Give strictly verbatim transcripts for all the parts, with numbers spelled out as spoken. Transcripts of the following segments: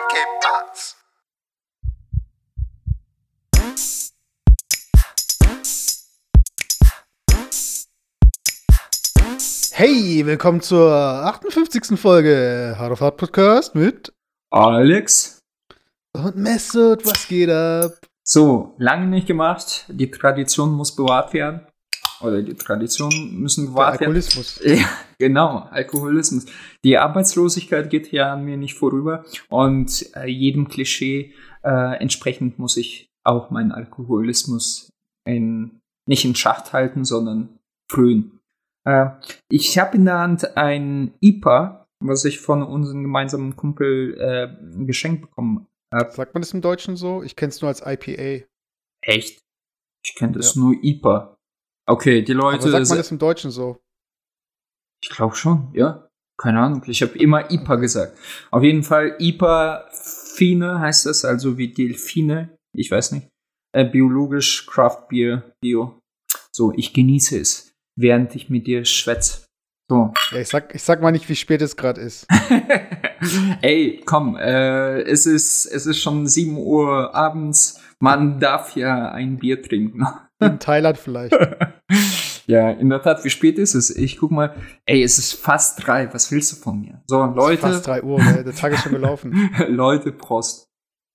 ¿Qué pasa? Hey, willkommen zur achtundfünfzigsten Folge Hard of Hard Podcast mit Alex und Mesut. Was geht ab? So, lange nicht gemacht. Die Tradition muss bewahrt werden. Oder die Traditionen müssen bewahrt Der Alkoholismus. werden. Ja, genau, Alkoholismus. Die Arbeitslosigkeit geht ja an mir nicht vorüber. Und äh, jedem Klischee äh, entsprechend muss ich auch meinen Alkoholismus in, nicht in Schacht halten, sondern frühen. Äh, ich habe in der Hand ein I P A, was ich von unserem gemeinsamen Kumpel äh, geschenkt bekommen habe. Sagt man das im Deutschen so? Ich kenne es nur als I P A. Echt? Ich kenne das Ja. nur I P A. Okay, die Leute. Aber sagt man das im Deutschen so? Ich glaube schon, ja. Keine Ahnung. Ich habe immer I P A gesagt. Auf jeden Fall I P A Fine heißt das, also wie Delfine. Ich weiß nicht. Äh, biologisch, Craft Beer, Bio. So, ich genieße es, während ich mit dir schwätze. So. Ja, ich sag, ich sag mal nicht, wie spät es gerade ist. Ey, komm, äh, es ist, es ist schon sieben Uhr abends. Man darf ja ein Bier trinken. In Thailand vielleicht. Ja, in der Tat, wie spät ist es? Ich guck mal, ey, es ist fast drei. Was willst du von mir? So, Leute. Fast drei Uhr, ey. Der Tag ist schon gelaufen. Leute, Prost.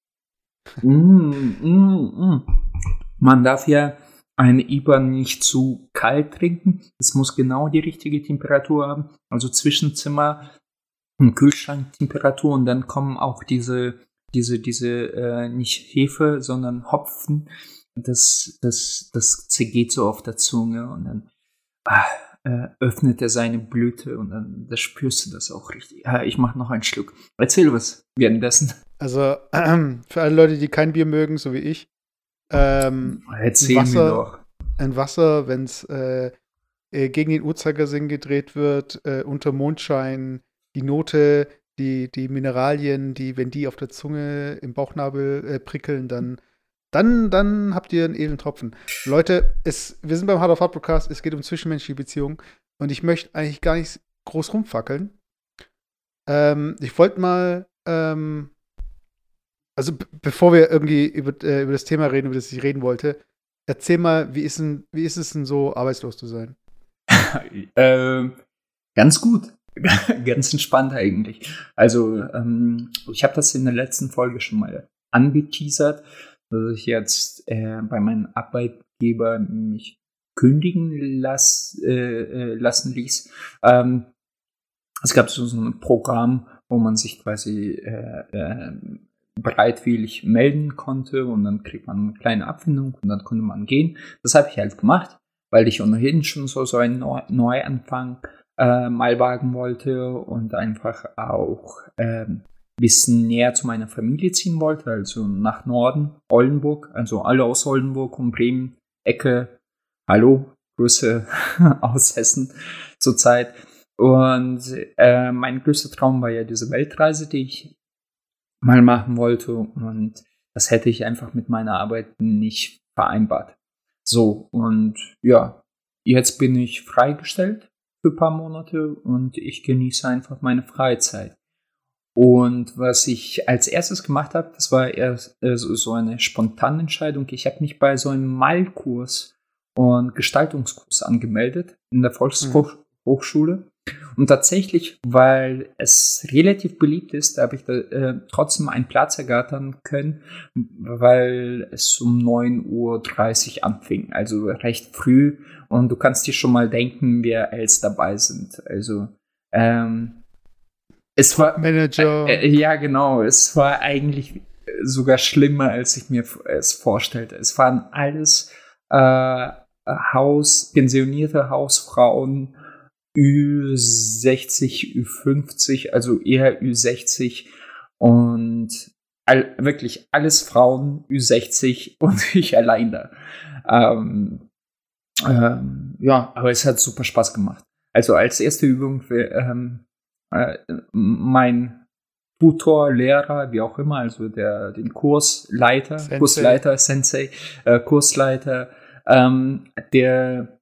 mm, mm, mm. Man darf ja ein I P A nicht zu kalt trinken. Es muss genau die richtige Temperatur haben. Also Zwischenzimmer und Kühlschranktemperatur. Und dann kommen auch diese, diese, diese, äh, nicht Hefe, sondern Hopfen. Das, das, das zergeht so auf der Zunge und dann ah, äh, öffnet er seine Blüte und dann da spürst du das auch richtig. Ja, ich mach noch einen Schluck. Erzähl was währenddessen. Also, ähm, für alle Leute, die kein Bier mögen, so wie ich, ähm, Erzähl Wasser, mir doch. ein Wasser, wenn es äh, äh, gegen den Uhrzeigersinn gedreht wird, äh, unter Mondschein, die Note, die, die Mineralien, die, wenn die auf der Zunge im Bauchnabel äh, prickeln, dann Dann, dann habt ihr einen edlen Tropfen. Leute, es, wir sind beim Hard of Hard Podcast, es geht um zwischenmenschliche Beziehungen und ich möchte eigentlich gar nicht groß rumfackeln. Ähm, ich wollte mal, ähm, also b- bevor wir irgendwie über, äh, über das Thema reden, über das ich reden wollte, erzähl mal, wie ist, denn, wie ist es denn so, arbeitslos zu sein? ähm, ganz gut. Ganz entspannt eigentlich. Also, ähm, ich habe das in der letzten Folge schon mal angeteasert, dass ich jetzt äh, bei meinem Arbeitgeber mich kündigen lass, äh, äh, lassen ließ. Ähm, es gab so, so ein Programm, wo man sich quasi äh, äh, bereitwillig melden konnte und dann kriegt man eine kleine Abfindung und dann konnte man gehen. Das habe ich halt gemacht, weil ich ohnehin schon so, so einen Neu- Neuanfang äh, mal wagen wollte und einfach auch ähm, bisschen näher zu meiner Familie ziehen wollte, also nach Norden, Oldenburg, also alle aus Oldenburg und Bremen, Ecke, hallo, Grüße aus Hessen zurzeit. Und äh, mein größter Traum war ja diese Weltreise, die ich mal machen wollte und das hätte ich einfach mit meiner Arbeit nicht vereinbart. So, und ja, jetzt bin ich freigestellt für ein paar Monate und ich genieße einfach meine Freizeit. Und was ich als erstes gemacht habe, das war erst äh, so, so eine spontane Entscheidung. Ich habe mich bei so einem Malkurs und Gestaltungskurs angemeldet in der Volkshochschule. Und tatsächlich, weil es relativ beliebt ist, habe ich da äh, trotzdem einen Platz ergattern können, weil es um neun Uhr dreißig anfing, also recht früh. Und du kannst dir schon mal denken, wer alles dabei sind. Also, ähm, es war Manager. Äh, äh, ja, genau. Es war eigentlich sogar schlimmer, als ich mir es vorstellte. Es waren alles äh, Haus, pensionierte Hausfrauen, Ü sechzig, Ü fünfzig, also eher Ü sechzig und all, wirklich alles Frauen Ü sechzig und ich allein da. Ähm, ähm, ja, aber es hat super Spaß gemacht. Also als erste Übung für, ähm, äh, mein Tutor, Lehrer, wie auch immer, also der den Kursleiter, Sensei. Kursleiter, Sensei, äh, Kursleiter, ähm, der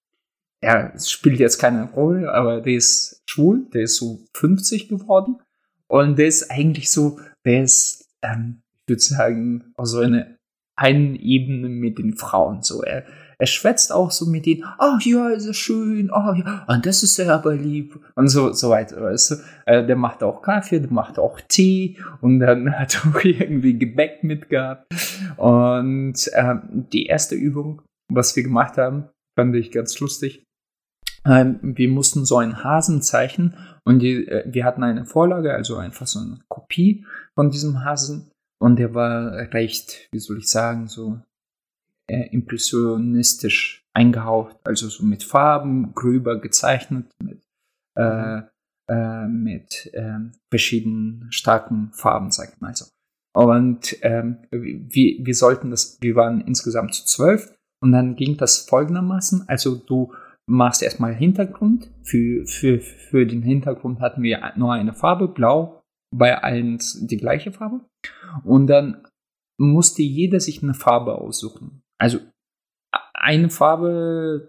ja, es spielt jetzt keine Rolle, aber der ist schwul, der ist so fünfzig geworden und der ist eigentlich so der ist, ähm, ich würde sagen, auf so eine einen Ebene mit den Frauen. So, er, er schwätzt auch so mit denen, ach ja, ist es schön, ach ja, und das ist ja aber lieb und so, so weiter, weißt du. Äh, der macht auch Kaffee, der macht auch Tee und dann hat er auch irgendwie Gebäck mitgehabt. Und ähm, die erste Übung, was wir gemacht haben, fand ich ganz lustig. Ähm, wir mussten so einen Hasen zeichnen und die, äh, wir hatten eine Vorlage, also einfach so eine Kopie von diesem Hasen. Und der war recht, wie soll ich sagen, so äh, impressionistisch eingehaucht, also so mit Farben, gröber gezeichnet, mit, äh, äh, mit äh, verschiedenen starken Farben, sag ich mal so. Und ähm, wir, wir sollten das, wir waren insgesamt zu zwölf und dann ging das folgendermaßen, also du machst erstmal Hintergrund, für, für, für den Hintergrund hatten wir nur eine Farbe, blau, bei allen die gleiche Farbe. Und dann musste jeder sich eine Farbe aussuchen. Also eine Farbe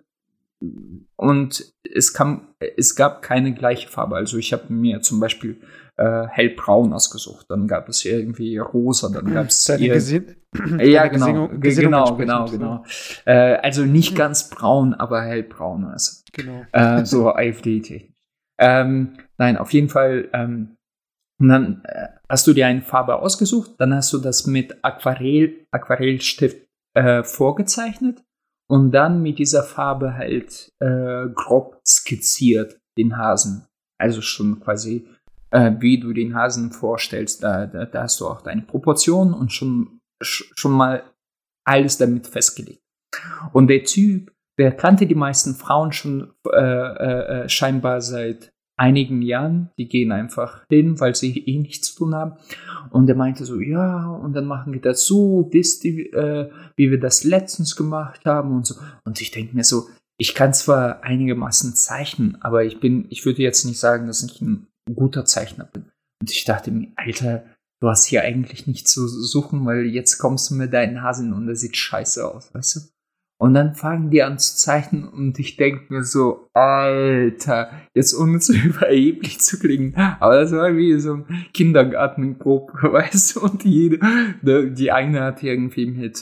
und es, kam, es gab keine gleiche Farbe. Also ich habe mir zum Beispiel äh, hellbraun ausgesucht. Dann gab es irgendwie rosa. Dann gab es Deine Gesin- ja, genau, Gesinnung, Gesinnung genau, genau, genau. Äh, also nicht ganz braun, aber hellbraun. Also. Genau. Äh, so A f D-technisch. Ähm, nein, auf jeden Fall. Ähm, Und dann äh, hast du dir eine Farbe ausgesucht, dann hast du das mit Aquarell, Aquarellstift äh, vorgezeichnet und dann mit dieser Farbe halt äh, grob skizziert den Hasen. Also schon quasi, äh, wie du den Hasen vorstellst, da, da, da hast du auch deine Proportionen und schon, sch, schon mal alles damit festgelegt. Und der Typ, der kannte die meisten Frauen schon äh, äh, scheinbar seit einigen Jahren, die gehen einfach hin, weil sie eh nichts zu tun haben. Und er meinte so, ja, und dann machen wir das so, wisst ihr, äh, wie wir das letztens gemacht haben und so. Und ich denke mir so, ich kann zwar einigermaßen zeichnen, aber ich bin, ich würde jetzt nicht sagen, dass ich ein guter Zeichner bin. Und ich dachte mir, Alter, du hast hier eigentlich nichts zu suchen, weil jetzt kommst du mit deinen Hasen und das sieht scheiße aus, weißt du? Und dann fangen die an zu zeichnen und ich denke mir so, Alter, jetzt ohne zu überheblich zu klingen, aber das war wie so ein Kindergartengruppe, weißt du, und jede, die eine hat irgendwie mit,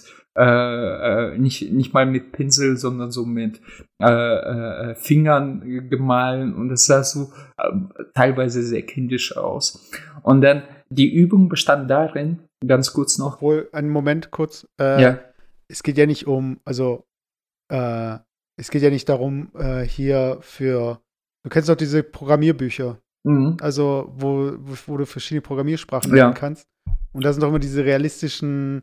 äh, nicht, nicht mal mit Pinsel, sondern so mit äh, äh, Fingern gemahlen und es sah so äh, teilweise sehr kindisch aus. Und dann, die Übung bestand darin, ganz kurz noch. Obwohl, einen Moment kurz, äh, ja. Es geht ja nicht um, also, äh, es geht ja nicht darum, äh, hier für, du kennst doch diese Programmierbücher, mhm. also, wo, wo, wo du verschiedene Programmiersprachen ja. lernen kannst. Und da sind doch immer diese realistischen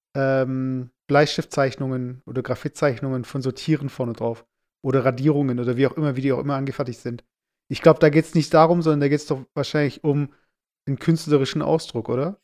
ähm, Bleistiftzeichnungen oder Graphitzeichnungen von so Tieren vorne drauf. Oder Radierungen oder wie auch immer, wie die auch immer angefertigt sind. Ich glaube, da geht es nicht darum, sondern da geht es doch wahrscheinlich um einen künstlerischen Ausdruck, oder?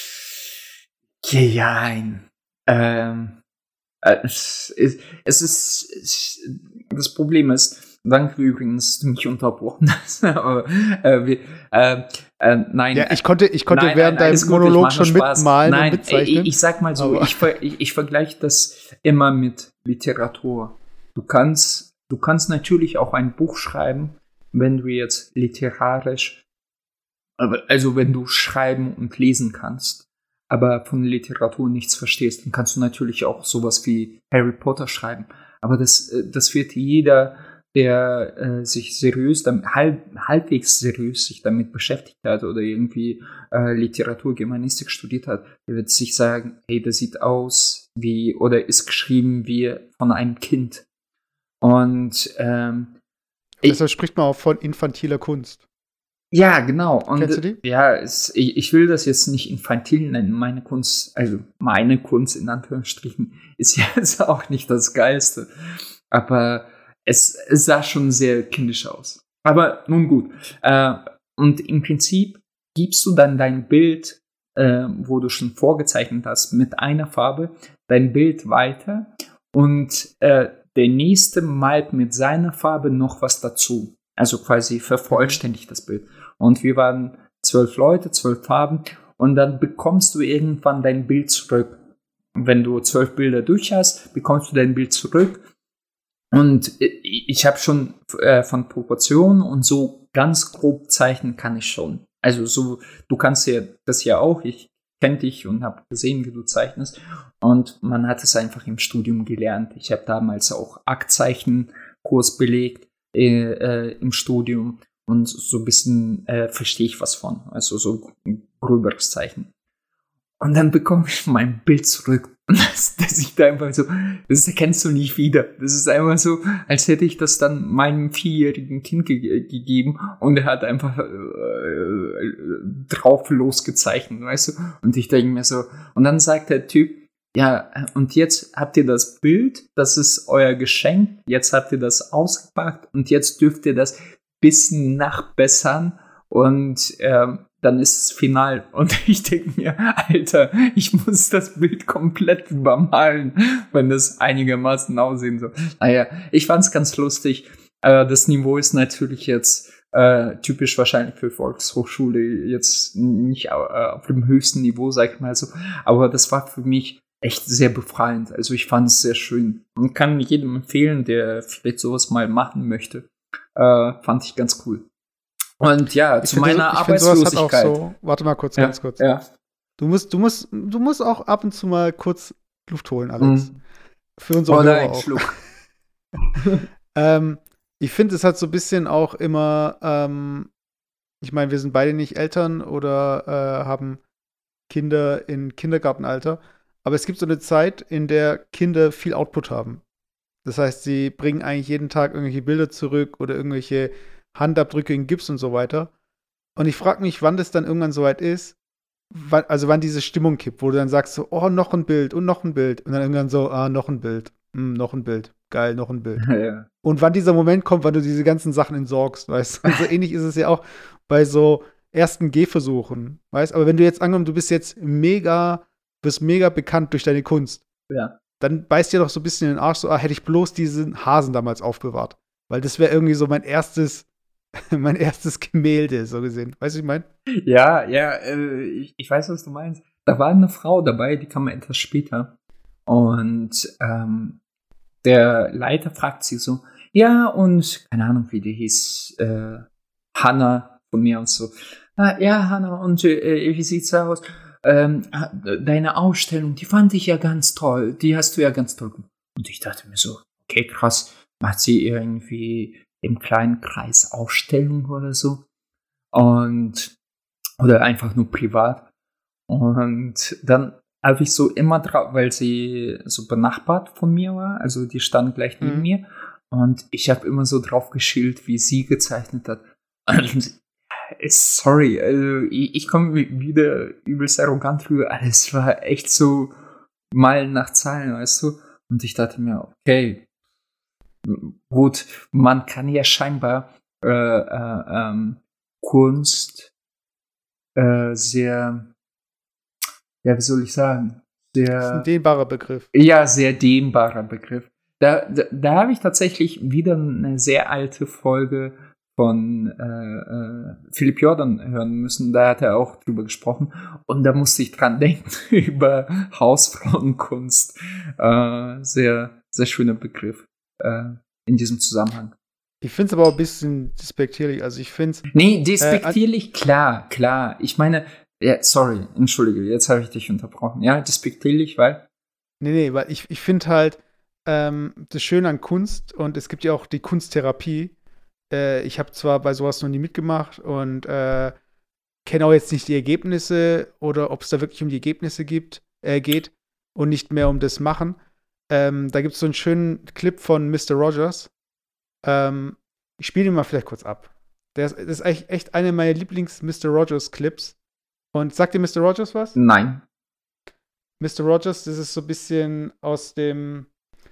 Jein. Ähm. Es ist, es ist, es, das Problem ist, danke übrigens, dass du mich unterbrochen hast, aber äh, wir, äh, äh, nein. Ja, ich konnte, ich konnte nein, während nein, deinem Monolog schon mitmalen nein, und mitzeichnen. Ich, ich sag mal so, ich, ich, ich vergleiche das immer mit Literatur. Du kannst, du kannst natürlich auch ein Buch schreiben, wenn du jetzt literarisch, also wenn du schreiben und lesen kannst, aber von Literatur nichts verstehst, dann kannst du natürlich auch sowas wie Harry Potter schreiben. Aber das, das wird jeder, der äh, sich seriös, halb, halbwegs seriös sich damit beschäftigt hat oder irgendwie äh, Literatur, Germanistik studiert hat, der wird sich sagen, hey, das sieht aus wie, oder ist geschrieben wie von einem Kind. Und ähm, deshalb ich, spricht man auch von infantiler Kunst. Ja, genau. Und kennst du die? Ja, es, ich, ich will das jetzt nicht infantil nennen. Meine Kunst, also meine Kunst in Anführungsstrichen, ist jetzt auch nicht das Geilste. Aber es, es sah schon sehr kindisch aus. Aber nun gut. Äh, und im Prinzip gibst du dann dein Bild, äh, wo du schon vorgezeichnet hast, mit einer Farbe, dein Bild weiter und äh, der nächste malt mit seiner Farbe noch was dazu. Also quasi vervollständigt das Bild. Und wir waren zwölf Leute, zwölf Farben. Und dann bekommst du irgendwann dein Bild zurück. Wenn du zwölf Bilder durch hast, bekommst du dein Bild zurück. Und ich habe schon äh, von Proportionen und so ganz grob zeichnen kann ich schon. Also so, du kannst ja das ja auch, ich kenne dich und habe gesehen, wie du zeichnest. Und man hat es einfach im Studium gelernt. Ich habe damals auch Aktzeichenkurs belegt äh, äh, im Studium. Und so ein bisschen äh, verstehe ich was von. Also so ein gröberes Zeichen. Und dann bekomme ich mein Bild zurück. Und das, das sieht da einfach so, das erkennst du nicht wieder. Das ist einfach so, als hätte ich das dann meinem vierjährigen Kind ge- gegeben und er hat einfach äh, drauf losgezeichnet, weißt du? Und ich denke mir so, und dann sagt der Typ, ja, und jetzt habt ihr das Bild, das ist euer Geschenk, jetzt habt ihr das ausgepackt und jetzt dürft ihr das bisschen nachbessern und ähm, dann ist es final. Und ich denke mir, Alter, ich muss das Bild komplett übermalen, wenn das einigermaßen aussehen soll. Naja, ich fand's ganz lustig. Äh, das Niveau ist natürlich jetzt äh, typisch wahrscheinlich für Volkshochschule jetzt nicht äh, auf dem höchsten Niveau, sag ich mal so. Aber das war für mich echt sehr befreiend. Also ich fand es sehr schön und kann jedem empfehlen, der vielleicht sowas mal machen möchte. Äh, fand ich ganz cool. Und ja, ich zu meiner so, Arbeitslosigkeit. So, warte mal kurz, ja, ganz kurz. Ja. Du musst, du musst, du musst auch ab und zu mal kurz Luft holen, Alex. Mhm. Für unsere oh, Hörer nein, auch. Schluck. ähm, ich finde, es hat so ein bisschen auch immer, ähm, ich meine, wir sind beide nicht Eltern oder äh, haben Kinder in Kindergartenalter, aber es gibt so eine Zeit, in der Kinder viel Output haben. Das heißt, sie bringen eigentlich jeden Tag irgendwelche Bilder zurück oder irgendwelche Handabdrücke in Gips und so weiter. Und ich frage mich, wann das dann irgendwann soweit ist, wann, also wann diese Stimmung kippt, wo du dann sagst so, oh, noch ein Bild und noch ein Bild. Und dann irgendwann so, ah, noch ein Bild, hm, noch ein Bild, geil, noch ein Bild. Ja. Und wann dieser Moment kommt, wann du diese ganzen Sachen entsorgst, weißt du. Und so ähnlich ist es ja auch bei so ersten Gehversuchen, weißt du. Aber wenn du jetzt angenommen, du bist jetzt mega, wirst mega bekannt durch deine Kunst. Ja. Dann beißt dir doch so ein bisschen in den Arsch, so, ah, hätte ich bloß diesen Hasen damals aufbewahrt. Weil das wäre irgendwie so mein erstes, mein erstes Gemälde, so gesehen. Weißt du, was ich meine? Ja, ja, äh, ich, ich weiß, was du meinst. Da war eine Frau dabei, die kam etwas später. Und ähm, der Leiter fragt sie so, ja, und keine Ahnung, wie die hieß, äh, Hanna von mir und so. Ah, ja, Hanna, und äh, wie sieht's aus? Ähm, deine Ausstellung, die fand ich ja ganz toll. Die hast du ja ganz toll gemacht. Und ich dachte mir so, okay, krass, macht sie irgendwie im kleinen Kreis Ausstellungen oder so? Und, oder einfach nur privat. Und dann habe ich so immer drauf, weil sie so benachbart von mir war, also die stand gleich neben mhm. mir. Und ich habe immer so drauf geschielt, wie sie gezeichnet hat. Und sorry, also ich, ich komme wieder übelst arrogant rüber. Es war echt so Meilen nach Zahlen, weißt du? Und ich dachte mir, okay, gut, man kann ja scheinbar äh, äh, ähm, Kunst äh, sehr, ja, wie soll ich sagen, sehr. Das ist ein dehnbarer Begriff. Ja, sehr dehnbarer Begriff. Da, da, da habe ich tatsächlich wieder eine sehr alte Folge von äh, äh, Philipp Jordan hören müssen, da hat er auch drüber gesprochen und da musste ich dran denken, über Hausfrauenkunst. Äh, sehr, sehr schöner Begriff äh, in diesem Zusammenhang. Ich finde es aber auch ein bisschen despektierlich, also ich finde es... Nee, despektierlich, äh, klar, klar. Ich meine, ja, sorry, entschuldige, jetzt habe ich dich unterbrochen. Ja, despektierlich, weil... Nee, nee, weil ich, ich finde halt ähm, das Schöne an Kunst und es gibt ja auch die Kunsttherapie. Ich habe zwar bei sowas noch nie mitgemacht und äh, kenne auch jetzt nicht die Ergebnisse oder ob es da wirklich um die Ergebnisse gibt, äh, geht und nicht mehr um das Machen. Ähm, da gibt es so einen schönen Clip von Mister Rogers. Ähm, ich spiele ihn mal vielleicht kurz ab. Der ist, das ist echt, echt einer meiner Lieblings-Mister Rogers-Clips. Und sagt dir Mister Rogers was? Nein. Mister Rogers, das ist so ein bisschen aus dem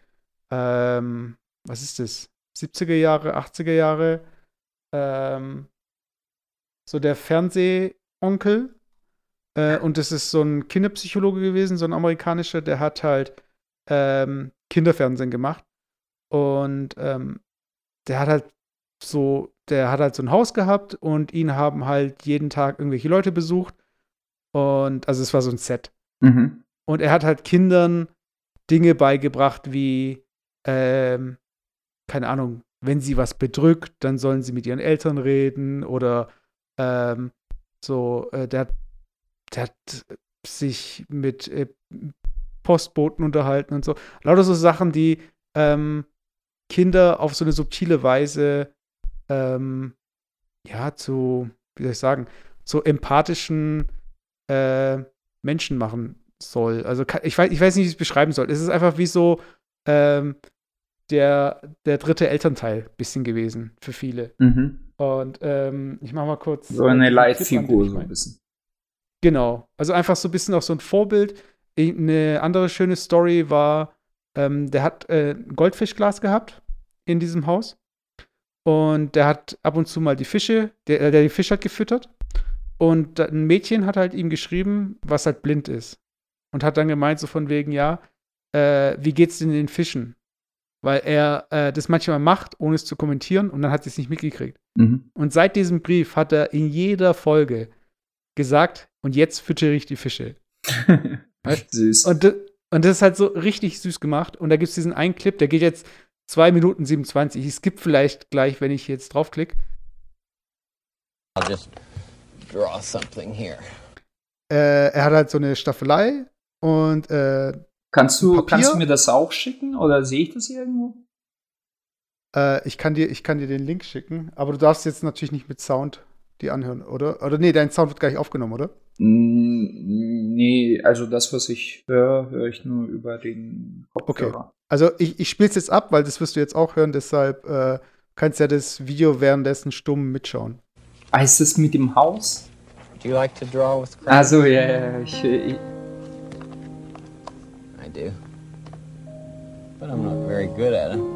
ähm, was ist das? siebziger Jahre, achtziger Jahre, ähm, so der Fernsehonkel. Äh, und das ist so ein Kinderpsychologe gewesen, so ein amerikanischer, der hat halt ähm, Kinderfernsehen gemacht. Und ähm, der hat halt so, der hat halt so ein Haus gehabt und ihn haben halt jeden Tag irgendwelche Leute besucht. Und also es war so ein Set. Mhm. Und er hat halt Kindern Dinge beigebracht wie ähm, keine Ahnung, wenn sie was bedrückt, dann sollen sie mit ihren Eltern reden oder ähm, So, äh, der, der hat sich mit äh, Postboten unterhalten und so. Lauter so Sachen, die ähm, Kinder auf so eine subtile Weise ähm, ja, zu, wie soll ich sagen, zu empathischen äh, Menschen machen soll. Also ich weiß, ich weiß nicht, wie ich es beschreiben soll. Es ist einfach wie so ähm, der, der dritte Elternteil bisschen gewesen für viele. Mhm. Und ähm, ich mach mal kurz. So eine äh, Leitfigur, so ein bisschen. Genau. Also einfach so ein bisschen auch so ein Vorbild. Eine andere schöne Story war, ähm, der hat äh, ein Goldfischglas gehabt in diesem Haus. Und der hat ab und zu mal die Fische, der, der die Fische hat gefüttert. Und ein Mädchen hat halt ihm geschrieben, was halt blind ist. Und hat dann gemeint, so von wegen, ja, äh, wie geht's denn den Fischen? Weil er äh, das manchmal macht, ohne es zu kommentieren, und dann hat sie es nicht mitgekriegt. Mhm. Und seit diesem Brief hat er in jeder Folge gesagt, und jetzt füttere ich die Fische. Süß. Und, und das ist halt so richtig süß gemacht. Und da gibt es diesen einen Clip, der geht jetzt zwei Minuten siebenundzwanzig. Ich skippe vielleicht gleich, wenn ich jetzt draufklicke. I'll just draw something here. Äh, er hat halt so eine Staffelei und äh, kannst, du, Papier. kannst du mir das auch schicken oder sehe ich das irgendwo? Äh, ich, kann dir, ich kann dir den Link schicken, aber du darfst jetzt natürlich nicht mit Sound die anhören, oder? Oder nee, dein Sound wird gar nicht aufgenommen, oder? Nee, also das, was ich höre, höre ich nur über den Kopfhörer. Okay. Also ich, ich spiele es jetzt ab, weil das wirst du jetzt auch hören, deshalb äh, kannst du ja das Video währenddessen stumm mitschauen. Ah, ist das mit dem Haus? Do you like to draw with crayons? Also ja, ja, ich, ich I do. But I'm not very good at it.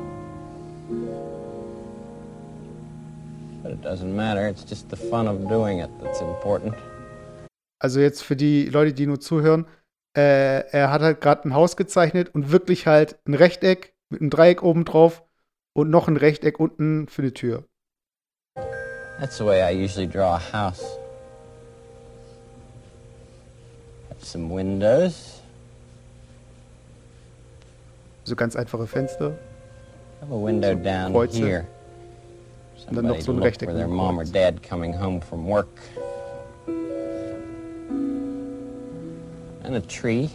But it doesn't matter, it's just the fun of doing it that's important. Also jetzt für die Leute, die nur zuhören, äh, er hat halt gerade ein Haus gezeichnet und wirklich halt ein Rechteck mit einem Dreieck oben drauf und noch ein Rechteck unten für die Tür. That's the way I usually draw a house. Have some windows. So ganz einfache Fenster. Have a window down Kreuze. here. Und dann noch Somebody so ein look Rechteck for their mit mom or Kreuz. dad coming home from work. And a tree.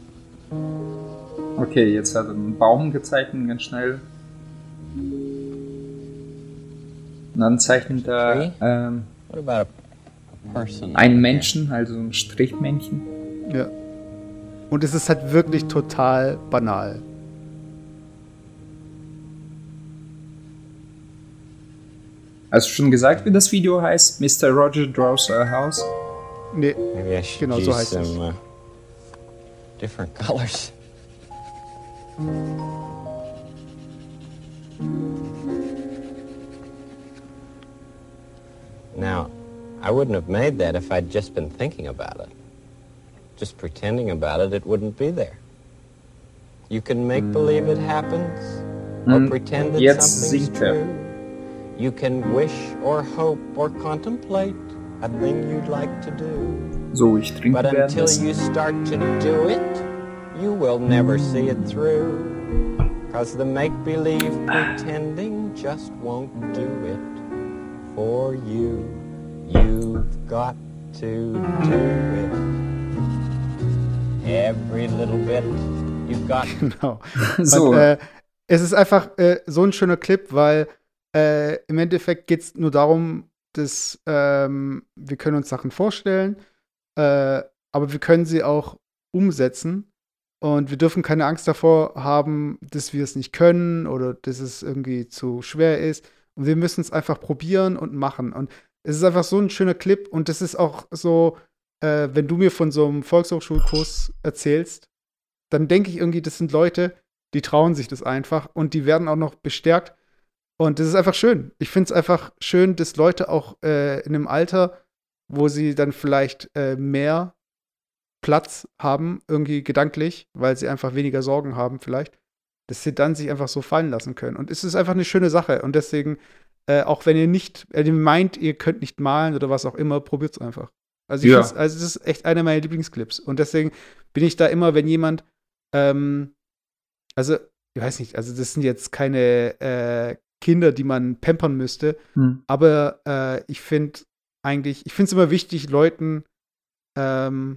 Okay, jetzt hat er einen Baum gezeichnet, ganz schnell. Und dann zeichnet er ähm, What about a person? einen Menschen, also ein Strichmännchen. Ja. Und es ist halt wirklich total banal. Hast du schon gesagt, wie das Video heißt? Mister Roger Draws a House? Nee, Maybe I should genau use so heißt es. some uh, different colors. Now, I wouldn't have made that if I'd just been thinking about it. Just pretending about it, it wouldn't be there. You can make believe it happens, or Mm, pretend that jetzt something's singt er. true. You can wish or hope or contemplate a thing you'd like to do. So, ich trinke But until währenddessen. you start to do it, you will never see it through. Cause the make-believe pretending just won't do it for you. You've got to do it. Every little bit you've got. Genau. So, Und, äh, es ist einfach äh, so ein schöner Clip, weil äh, im Endeffekt geht es nur darum, dass ähm, wir können uns Sachen vorstellen, äh, aber wir können sie auch umsetzen. Und wir dürfen keine Angst davor haben, dass wir es nicht können oder dass es irgendwie zu schwer ist. Und wir müssen es einfach probieren und machen. Und es ist einfach so ein schöner Clip. Und das ist auch so, äh, wenn du mir von so einem Volkshochschulkurs erzählst, dann denke ich irgendwie, das sind Leute, die trauen sich das einfach. Und die werden auch noch bestärkt. Und das ist einfach schön. Ich finde es einfach schön, dass Leute auch äh, in einem Alter, wo sie dann vielleicht äh, mehr Platz haben, irgendwie gedanklich, weil sie einfach weniger Sorgen haben vielleicht, dass sie dann sich einfach so fallen lassen können. Und es ist einfach eine schöne Sache. Und deswegen, äh, auch wenn ihr nicht, äh, meint, ihr könnt nicht malen oder was auch immer, probiert es einfach. Also, ich Ja. find's, also das ist echt einer meiner Lieblingsclips. Und deswegen bin ich da immer, wenn jemand, ähm, also, ich weiß nicht, also das sind jetzt keine äh, Kinder, die man pampern müsste, hm. aber äh, ich finde, eigentlich, ich finde es immer wichtig, Leuten, ähm,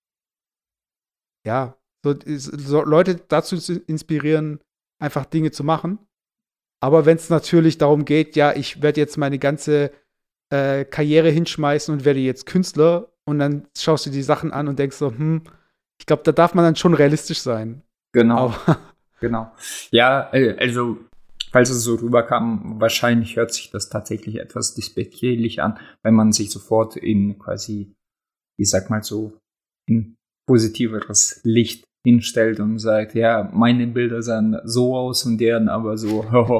ja, so, so Leute dazu zu inspirieren, einfach Dinge zu machen. Aber wenn es natürlich darum geht, ja, ich werde jetzt meine ganze äh, Karriere hinschmeißen und werde jetzt Künstler und dann schaust du die Sachen an und denkst so, hm, ich glaube, da darf man dann schon realistisch sein. Genau, Aber genau. Ja, äh, also, falls es so rüberkam, wahrscheinlich hört sich das tatsächlich etwas despektierlich an, wenn man sich sofort in quasi, ich sag mal so, in positiveres Licht hinstellt und sagt, ja, meine Bilder sahen so aus und deren aber so.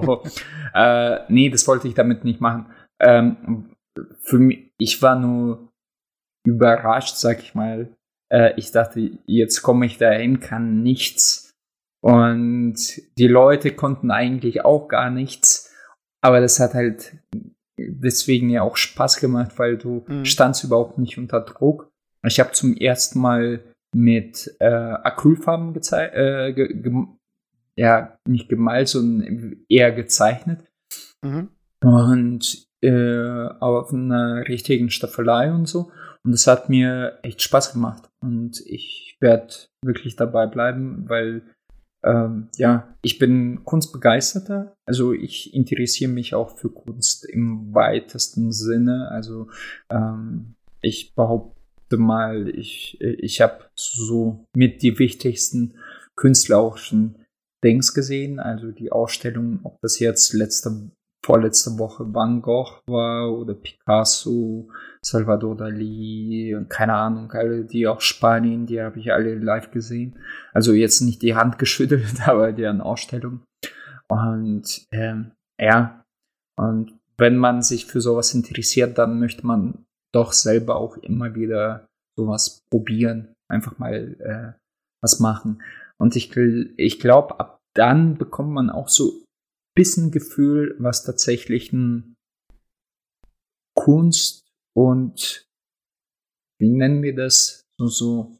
äh, nee, das wollte ich damit nicht machen. Ähm, für mich, ich war nur überrascht, sag ich mal. Äh, ich dachte, jetzt komme ich dahin, kann nichts. Und die Leute konnten eigentlich auch gar nichts. Aber das hat halt deswegen ja auch Spaß gemacht, weil du mhm. standst überhaupt nicht unter Druck. Ich habe zum ersten Mal mit äh, Acrylfarben gezeichnet, äh, ge ge ja, nicht gemalt, sondern eher gezeichnet. Mhm. Und äh, auf einer richtigen Staffelei und so. Und das hat mir echt Spaß gemacht. Und ich werde wirklich dabei bleiben, weil ähm, ja, ich bin Kunstbegeisterter. Also ich interessiere mich auch für Kunst im weitesten Sinne. Also ähm, ich behaupte mal, ich, ich habe so mit die wichtigsten Künstler auch schon Dings gesehen. Also die Ausstellung, ob das jetzt letzte, vorletzte Woche Van Gogh war oder Picasso, Salvador Dali, keine Ahnung, alle, die auch Spanien, die habe ich alle live gesehen. Also jetzt nicht die Hand geschüttelt, aber deren Ausstellung. Und ähm, ja, und wenn man sich für sowas interessiert, dann möchte man doch selber auch immer wieder sowas probieren, einfach mal äh, was machen. Und ich, ich glaube, ab dann bekommt man auch so ein bisschen Gefühl, was tatsächlich ein Kunst und, wie nennen wir das, so, so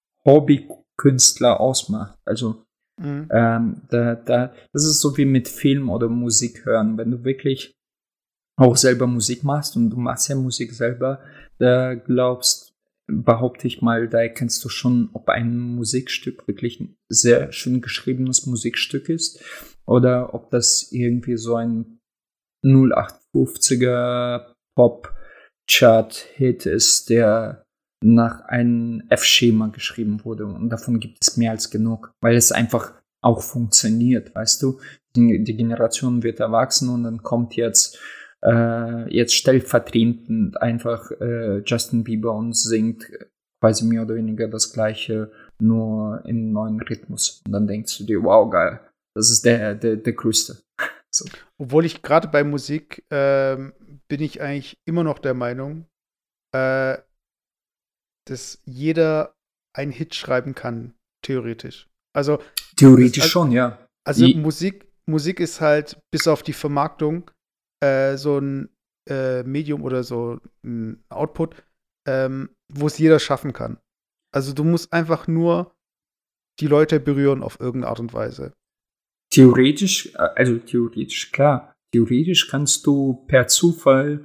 Hobbykünstler ausmacht. Also mhm. ähm, da, da, das ist so wie mit Film oder Musik hören. Wenn du wirklich auch selber Musik machst und du machst ja Musik selber, da glaubst, behaupte ich mal, da erkennst du schon, ob ein Musikstück wirklich ein sehr schön geschriebenes Musikstück ist oder ob das irgendwie so ein null acht fünfziger Pop-Chart-Hit ist, der nach einem F-Schema geschrieben wurde. Und davon gibt es mehr als genug, weil es einfach auch funktioniert, weißt du? Die, die Generation wird erwachsen und dann kommt jetzt äh, jetzt stellvertretend einfach äh, Justin Bieber und singt quasi mehr oder weniger das Gleiche, nur in neuen Rhythmus. Und dann denkst du dir, wow, geil, das ist der, der, der Größte. So. Obwohl ich gerade bei Musik ähm, bin ich eigentlich immer noch der Meinung, äh, dass jeder einen Hit schreiben kann, theoretisch. Also theoretisch das, schon, ja. Also Die Musik, Musik ist halt bis auf die Vermarktung äh, so ein äh, Medium oder so ein Output, ähm, wo es jeder schaffen kann. Also du musst einfach nur die Leute berühren auf irgendeine Art und Weise. Theoretisch, also theoretisch, klar. Theoretisch kannst du per Zufall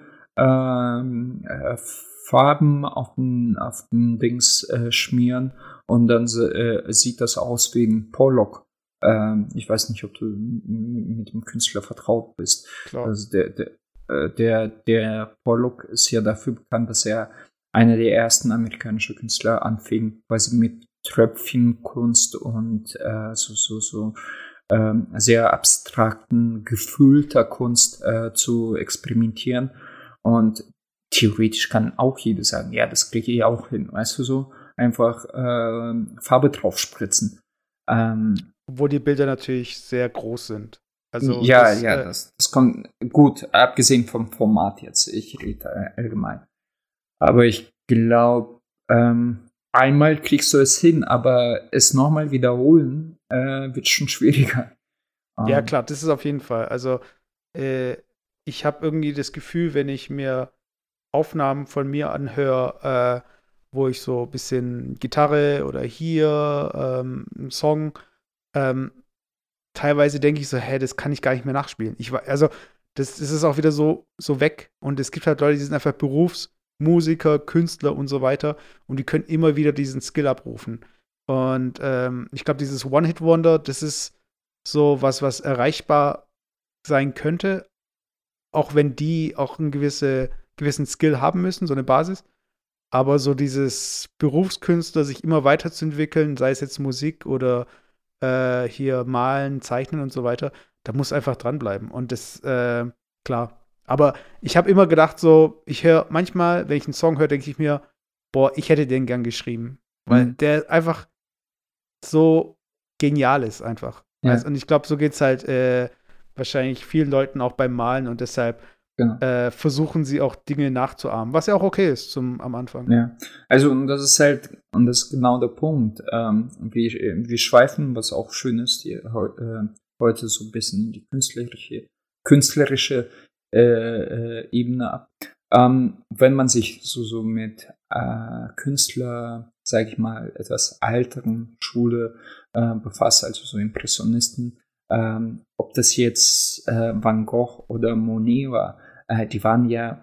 ähm, äh, Farben auf den, auf den Dings äh, schmieren und dann äh, sieht das aus wie ein Pollock. Ähm, ich weiß nicht, ob du m- mit dem Künstler vertraut bist. Klar. Also der, der, äh, der, der Pollock ist ja dafür bekannt, dass er einer der ersten amerikanischen Künstler anfing, quasi mit Tröpfchenkunst und äh, so, so, so ähm, sehr abstrakten, gefühlter Kunst äh, zu experimentieren. Und theoretisch kann auch jeder sagen, ja, das kriege ich auch hin, weißt du so? Einfach äh, Farbe drauf spritzen. Ähm, Obwohl die Bilder natürlich sehr groß sind. Also ja, das, ja, äh, das, das kommt gut, abgesehen vom Format jetzt. Ich rede allgemein. Aber ich glaube, ähm, einmal kriegst du es hin, aber es nochmal wiederholen äh, wird schon schwieriger. Ja, Ähm, klar, das ist auf jeden Fall. Also, äh, ich habe irgendwie das Gefühl, wenn ich mir Aufnahmen von mir anhöre, äh, wo ich so ein bisschen Gitarre oder hier ähm, einen Song, ähm, teilweise denke ich so, hä, das kann ich gar nicht mehr nachspielen. Ich, wa- also, das, das ist auch wieder so, so weg. Und es gibt halt Leute, die sind einfach Berufs- Musiker, Künstler und so weiter und die können immer wieder diesen Skill abrufen. Und ähm, ich glaube, dieses One-Hit-Wonder, das ist so was, was erreichbar sein könnte, auch wenn die auch einen gewisse, gewissen Skill haben müssen, so eine Basis. Aber so dieses Berufskünstler, sich immer weiterzuentwickeln, sei es jetzt Musik oder äh, hier malen, zeichnen und so weiter, da muss einfach dranbleiben. Und das, äh, klar. Aber ich habe immer gedacht, so, ich höre manchmal, wenn ich einen Song höre, denke ich mir, boah, ich hätte den gern geschrieben. Weil Mhm. der einfach so genial ist, einfach. Ja, Weißt? Und ich glaube, so geht es halt äh, wahrscheinlich vielen Leuten auch beim Malen und deshalb genau. äh, versuchen sie auch Dinge nachzuahmen, was ja auch okay ist zum, am Anfang. Ja, also und das ist halt, und das ist genau der Punkt. Ähm, wir, wir schweifen, was auch schön ist, hier, heu- äh, heute so ein bisschen die künstlerische, künstlerische äh, äh, Ebene ab. Ähm, wenn man sich so, so mit äh, Künstler, sage ich mal, etwas älteren Schule äh, befasst, also so Impressionisten, ähm, ob das jetzt äh, Van Gogh oder Monet war, äh, die waren ja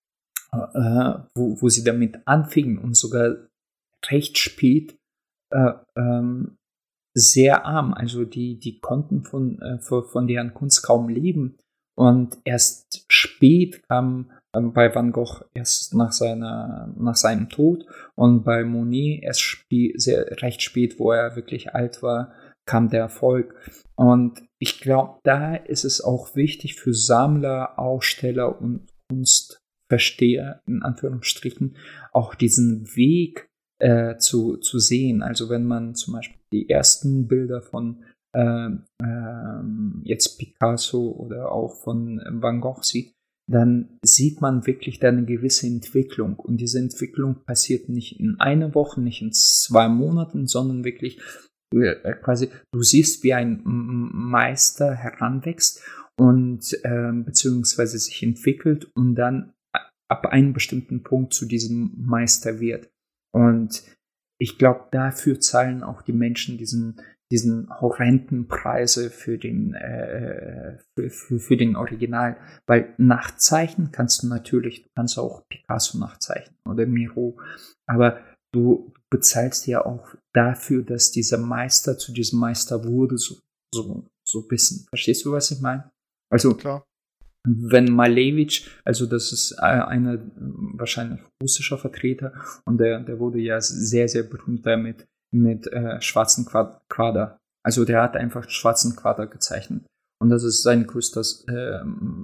äh, wo, wo sie damit anfingen und sogar recht spät äh, ähm, sehr arm. Also die, die konnten von, äh, von, von deren Kunst kaum leben. Und erst spät kam ähm, bei Van Gogh erst nach, seiner, nach seinem Tod und bei Monet erst spä sehr, recht spät, wo er wirklich alt war, kam der Erfolg. Und ich glaube, da ist es auch wichtig für Sammler, Aussteller und Kunstversteher, in Anführungsstrichen, auch diesen Weg äh, zu, zu sehen. Also wenn man zum Beispiel die ersten Bilder von ähm, ähm, jetzt Picasso oder auch von Van Gogh sieht, dann sieht man wirklich da eine gewisse Entwicklung. Und diese Entwicklung passiert nicht in einer Woche, nicht in zwei Monaten, sondern wirklich äh, quasi, du siehst, wie ein M- Meister heranwächst und ähm, beziehungsweise sich entwickelt und dann ab einem bestimmten Punkt zu diesem Meister wird. Und ich glaube, dafür zahlen auch die Menschen diesen, diesen horrenden Preise für den, äh, für, für, für den Original. Weil nachzeichnen kannst du natürlich, du kannst auch Picasso nachzeichnen oder Miro, aber du bezahlst ja auch dafür, dass dieser Meister zu diesem Meister wurde, so, so, so ein bisschen. Verstehst du, was ich meine? Also, Klar. wenn Malevich, also das ist äh, einer wahrscheinlich russischer Vertreter und der, der wurde ja sehr, sehr berühmt damit mit äh, schwarzen Quad Quader. Also der hat einfach schwarzen Quader gezeichnet. Und das ist sein größtes äh,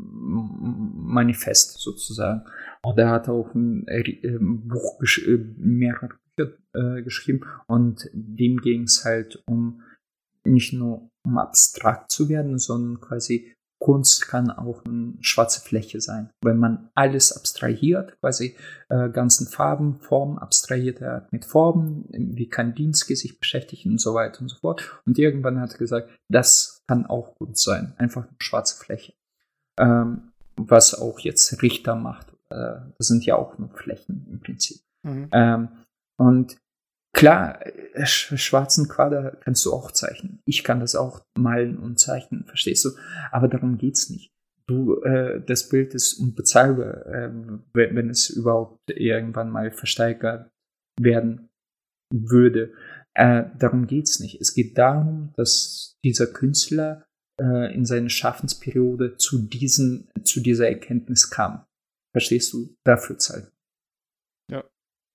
Manifest sozusagen. Und er hat auch ein, äh, Buch, gesch äh, mehrere Bücher äh, geschrieben und dem ging es halt um nicht nur um abstrakt zu werden, sondern quasi Kunst kann auch eine schwarze Fläche sein. Wenn man alles abstrahiert, quasi äh, ganzen Farben, Formen abstrahiert er hat mit Formen, wie Kandinsky sich beschäftigt und so weiter und so fort. Und irgendwann hat er gesagt, das kann auch gut sein. Einfach eine schwarze Fläche. Ähm, was auch jetzt Richter macht. Äh, das sind ja auch nur Flächen im Prinzip. Mhm. Ähm, und klar, sch schwarzen Quader kannst du auch zeichnen. Ich kann das auch malen und zeichnen, verstehst du? Aber darum geht's nicht. Du, äh, das Bild ist unbezahlbar, äh, wenn, wenn es überhaupt irgendwann mal versteigert werden würde. Äh, darum geht's nicht. Es geht darum, dass dieser Künstler äh, in seiner Schaffensperiode zu diesen, zu dieser Erkenntnis kam. Verstehst du? Dafür zahlt. Ja.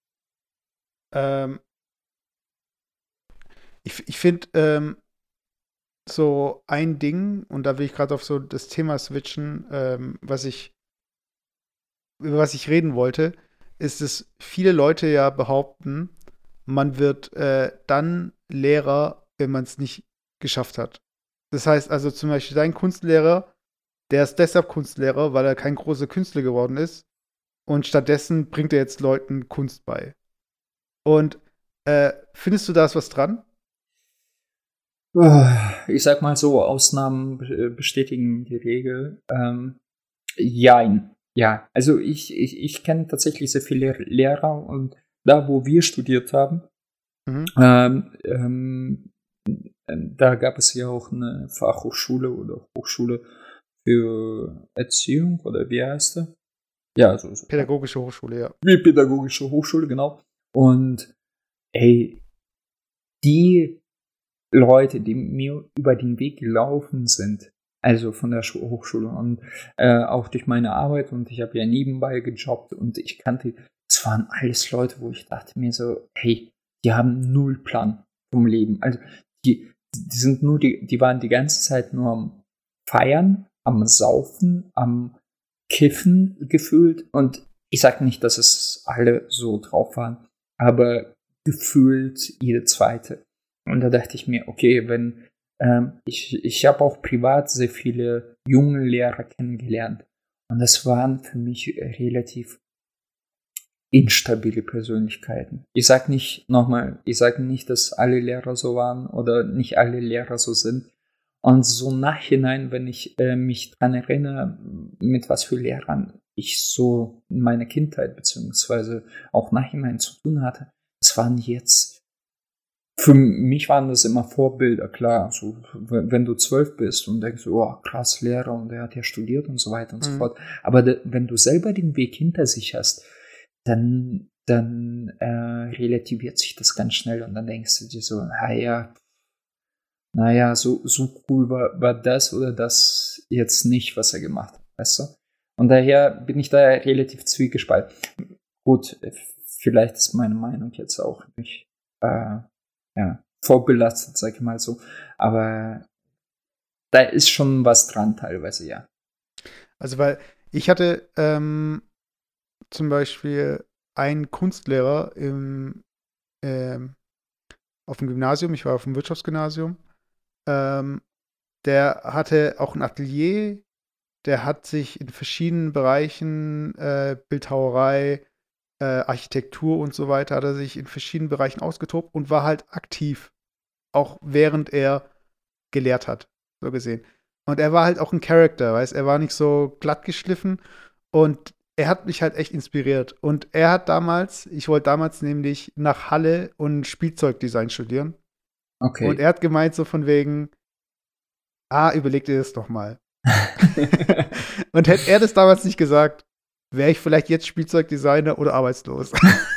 Ähm, ich ich finde ähm, so ein Ding, und da will ich gerade auf so das Thema switchen, ähm, was ich, über was ich reden wollte, ist, dass viele Leute ja behaupten, man wird äh, dann Lehrer, wenn man es nicht geschafft hat. Das heißt also zum Beispiel dein Kunstlehrer, der ist deshalb Kunstlehrer, weil er kein großer Künstler geworden ist. Und stattdessen bringt er jetzt Leuten Kunst bei. Und äh, findest du da ist was dran? Ich sag mal so, Ausnahmen bestätigen die Regel. Ähm, jein. Ja, also ich, ich, ich kenne tatsächlich sehr viele Lehrer und da, wo wir studiert haben, Mhm. ähm, ähm, da gab es ja auch eine Fachhochschule oder Hochschule für Erziehung oder wie heißt das? Ja, so, so. Pädagogische Hochschule, ja. Wie Pädagogische Hochschule, genau. Und ey, die Leute, die mir über den Weg gelaufen sind, also von der Hochschule und äh, auch durch meine Arbeit, und ich habe ja nebenbei gejobbt und ich kannte, es waren alles Leute, wo ich dachte mir so, hey, die haben null Plan vom Leben. Also die, die sind nur, die, die waren die ganze Zeit nur am Feiern, am Saufen, am Kiffen gefühlt, und ich sage nicht, dass es alle so drauf waren, aber gefühlt jede zweite. Und da dachte ich mir, okay, wenn ähm, ich, ich habe auch privat sehr viele junge Lehrer kennengelernt, und das waren für mich relativ instabile Persönlichkeiten. Ich sage nicht, nochmal, ich sage nicht, dass alle Lehrer so waren oder nicht alle Lehrer so sind. Und so nachhinein, wenn ich äh, mich dran erinnere, mit was für Lehrern ich so in meiner Kindheit beziehungsweise auch nachhinein zu tun hatte, das waren jetzt, für mich waren das immer Vorbilder, klar. So, wenn du zwölf bist und denkst, oh, krass, Lehrer, und der hat ja studiert und so weiter und mhm. so fort. Aber de, wenn du selber den Weg hinter sich hast, dann, dann äh, relativiert sich das ganz schnell, und dann denkst du dir so, naja, naja, so, so cool war, war das oder das jetzt nicht, was er gemacht hat, weißt du? Und daher bin ich da relativ zwiegespalten. Gut, vielleicht ist meine Meinung jetzt auch nicht äh, ja, vorbelastet, sag ich mal so, aber da ist schon was dran teilweise, ja. Also, weil ich hatte ähm, zum Beispiel einen Kunstlehrer im, ähm, auf dem Gymnasium, ich war auf dem Wirtschaftsgymnasium, ähm, der hatte auch ein Atelier, der hat sich in verschiedenen Bereichen, äh, Bildhauerei, äh, Architektur und so weiter, hat er sich in verschiedenen Bereichen ausgetobt und war halt aktiv, auch während er gelehrt hat, so gesehen. Und er war halt auch ein Charakter, weißt, er war nicht so glatt geschliffen, und er hat mich halt echt inspiriert. Und er hat damals, ich wollte damals nämlich nach Halle und Spielzeugdesign studieren. Okay. Und er hat gemeint so von wegen, ah, überleg dir das doch mal. Und hätte er das damals nicht gesagt, wäre ich vielleicht jetzt Spielzeugdesigner oder arbeitslos.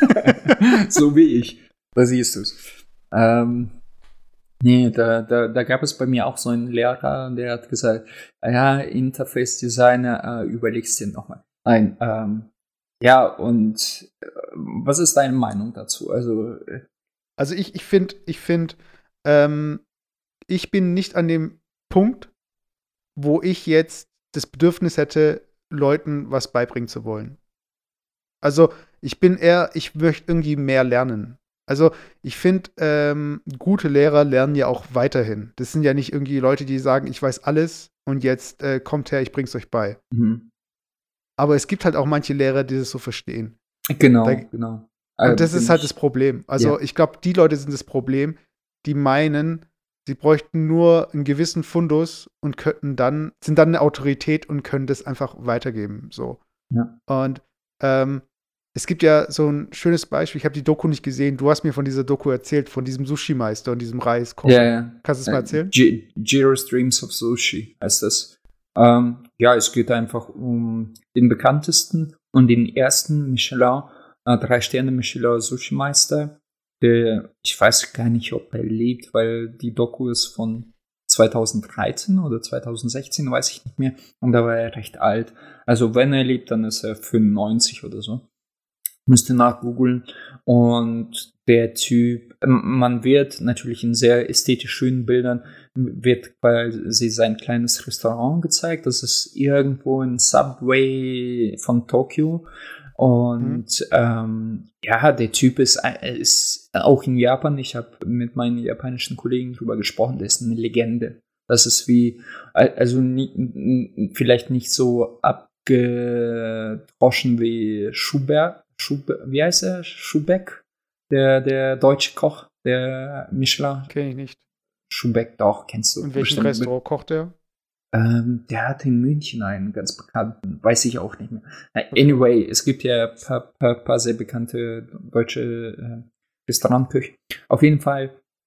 So wie ich. Da siehst du es. Ähm, nee, da, da, da gab es bei mir auch so einen Lehrer, der hat gesagt, ja, Interface-Designer, äh, überlegst dir nochmal. Nein, ähm, ja, und äh, was ist deine Meinung dazu? Also, äh, also ich, ich finde, ich finde, ähm, ich bin nicht an dem Punkt, wo ich jetzt das Bedürfnis hätte, Leuten was beibringen zu wollen. Also ich bin eher, ich möchte irgendwie mehr lernen. Also ich finde, ähm, gute Lehrer lernen ja auch weiterhin. Das sind ja nicht irgendwie Leute, die sagen, ich weiß alles und jetzt äh, kommt her, ich bring's euch bei. Mhm. Aber es gibt halt auch manche Lehrer, die das so verstehen. Genau, da, genau. Also und das ist halt das Problem. Also ja. ich glaube, die Leute sind das Problem, die meinen, sie bräuchten nur einen gewissen Fundus und könnten dann, sind dann eine Autorität und können das einfach weitergeben. So. Ja. Und ähm, es gibt ja so ein schönes Beispiel, ich habe die Doku nicht gesehen, du hast mir von dieser Doku erzählt, von diesem Sushi-Meister und diesem Reiskoch. Ja, ja. Kannst du es mal erzählen? G- Jiro's Dreams of Sushi heißt das. Ähm, ja, es geht einfach um den bekanntesten und den ersten Michelin, äh, drei Sterne Michelin Sushi-Meister. Der, ich weiß gar nicht, ob er lebt, weil die Doku ist von zwanzig dreizehn oder zwanzig sechzehn, weiß ich nicht mehr. Und da war er recht alt. Also wenn er lebt, dann ist er fünfundneunzig oder so. Müsste nachgoogeln. Und der Typ, man wird natürlich in sehr ästhetisch schönen Bildern, wird quasi sein kleines Restaurant gezeigt. Das ist irgendwo in Subway von Tokio. Und mhm. ähm, ja, der Typ ist, ist auch in Japan, ich habe mit meinen japanischen Kollegen drüber gesprochen, der ist eine Legende. Das ist wie, also nie, vielleicht nicht so abgedroschen wie Schubert, Schube, wie heißt er? Schubeck, der, der deutsche Koch, der Michelin. Kenn ich nicht. Schubeck, doch, kennst du. In welchem Restaurant kocht er? Ähm, der hatte in München einen ganz bekannten, weiß ich auch nicht mehr. Anyway, es gibt ja ein paar, paar, paar sehr bekannte deutsche äh, Restaurantköche. Auf jeden Fall,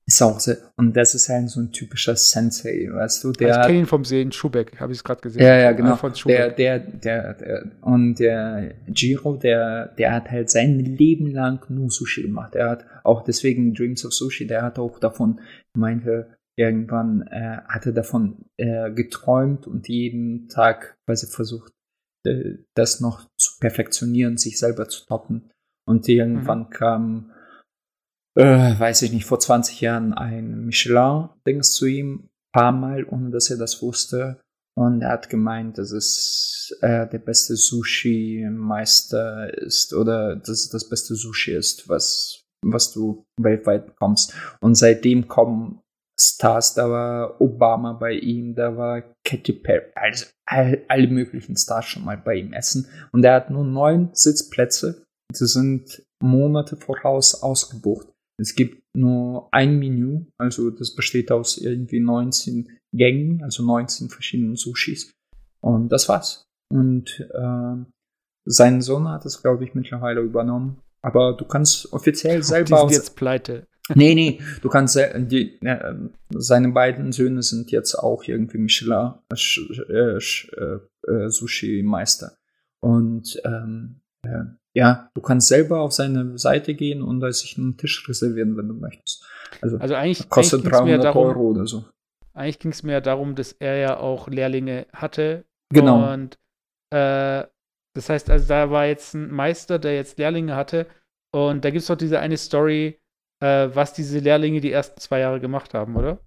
ist auch sehr, und das ist halt so ein typischer Sensei, weißt du, der. Ich kenne ihn vom Sehen, Schubeck, habe ich es gerade gesehen. Ja, ja, genau. Von Der, der, der, der, und der Jiro, der, der hat halt sein Leben lang nur Sushi gemacht. Er hat auch deswegen Dreams of Sushi, der hat auch davon, meinte, irgendwann äh, hatte davon äh, geträumt und jeden Tag quasi versucht, äh, das noch zu perfektionieren, sich selber zu toppen. Und irgendwann mhm. kam, äh, weiß ich nicht, vor zwanzig Jahren ein Michelin-Dings zu ihm, paar Mal, ohne dass er das wusste. Und er hat gemeint, dass es äh, der beste Sushi-Meister ist oder dass es das beste Sushi ist, was, was du weltweit bekommst. Und seitdem kommen Stars, da war Obama bei ihm, da war Katy Perry, also all, alle möglichen Stars schon mal bei ihm essen. Und er hat nur neun Sitzplätze. Die sind Monate voraus ausgebucht. Es gibt nur ein Menü, also das besteht aus irgendwie neunzehn Gängen, also neunzehn verschiedenen Sushis. Und das war's. Und äh, sein Sohn hat es, glaube ich, mittlerweile übernommen. Aber du kannst offiziell selber... Die sind jetzt pleite. Nee, nee, du kannst... Die, äh, seine beiden Söhne sind jetzt auch irgendwie Michelin äh, äh, Sushi-Meister. Und ähm, äh, ja, du kannst selber auf seine Seite gehen und da sich einen Tisch reservieren, wenn du möchtest. Also, also eigentlich kostet eigentlich dreihundert darum, Euro oder so. Eigentlich ging es mir ja darum, dass er ja auch Lehrlinge hatte. Genau. Und äh, das heißt, also da war jetzt ein Meister, der jetzt Lehrlinge hatte. Und da gibt es doch diese eine Story, äh, was diese Lehrlinge die ersten zwei Jahre gemacht haben, oder?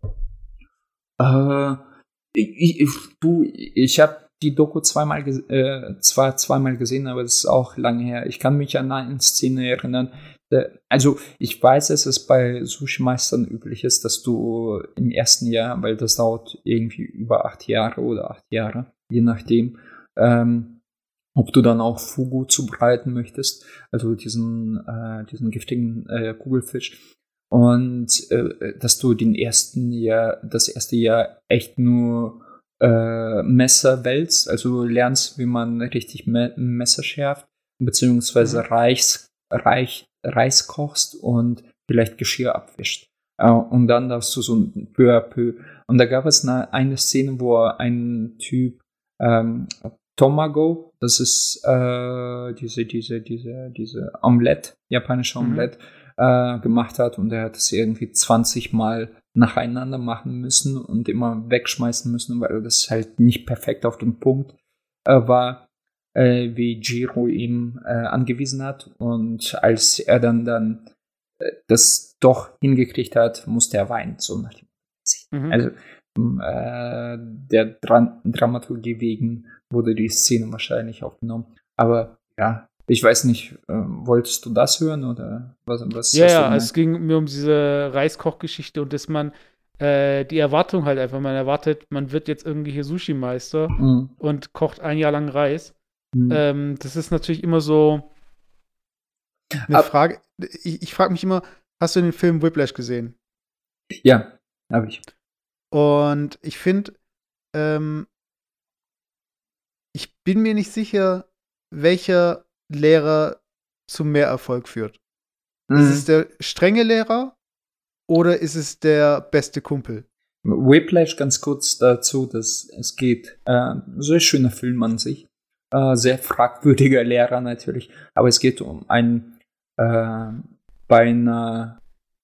Äh, ich, ich, du, ich habe die Doku zweimal, äh, zwar zweimal gesehen, aber das ist auch lange her. Ich kann mich an eine Szene erinnern. Der, also ich weiß, dass es bei Sushi-Meistern üblich ist, dass du im ersten Jahr, weil das dauert irgendwie über acht Jahre oder acht Jahre, je nachdem, ähm, ob du dann auch Fugu zubereiten möchtest, also diesen, äh, diesen giftigen äh, Kugelfisch. Und äh, dass du den ersten Jahr, das erste Jahr echt nur Äh, Messer wälzt, also lernst, wie man richtig Me- Messer schärft, beziehungsweise mhm. Reis, Reich, Reis kochst und vielleicht Geschirr abwischt. Äh, und dann darfst du so peu à peu. Und da gab es eine, eine Szene, wo ein Typ ähm, Tomago, das ist äh, diese, diese, diese, diese Omelette, japanische Omelette, mhm. äh, gemacht hat und er hat es irgendwie zwanzig Mal nacheinander machen müssen und immer wegschmeißen müssen, weil das halt nicht perfekt auf den Punkt äh, war, äh, wie Jiro ihm äh, angewiesen hat. Und als er dann, dann äh, das doch hingekriegt hat, musste er weinen. So nach dem mhm. Also äh, der Dra- Dramaturgie wegen wurde die Szene wahrscheinlich aufgenommen. Aber ja, ich weiß nicht, äh, wolltest du das hören oder was? was ja, ja, es ging mir um diese Reiskochgeschichte und dass man äh, die Erwartung halt einfach, man erwartet, man wird jetzt irgendwie hier Sushi-Meister mhm. und kocht ein Jahr lang Reis. Mhm. Ähm, das ist natürlich immer so eine Ab- Frage. Ich, ich frage mich immer, hast du den Film Whiplash gesehen? Ja, habe ich. Und ich finde, ähm, ich bin mir nicht sicher, welcher Lehrer zu mehr Erfolg führt. Mhm. Ist es der strenge Lehrer oder ist es der beste Kumpel? Whiplash, ganz kurz dazu, dass es geht. Äh, sehr schöner Film an sich. Äh, sehr fragwürdiger Lehrer natürlich. Aber es geht um einen äh, bei einer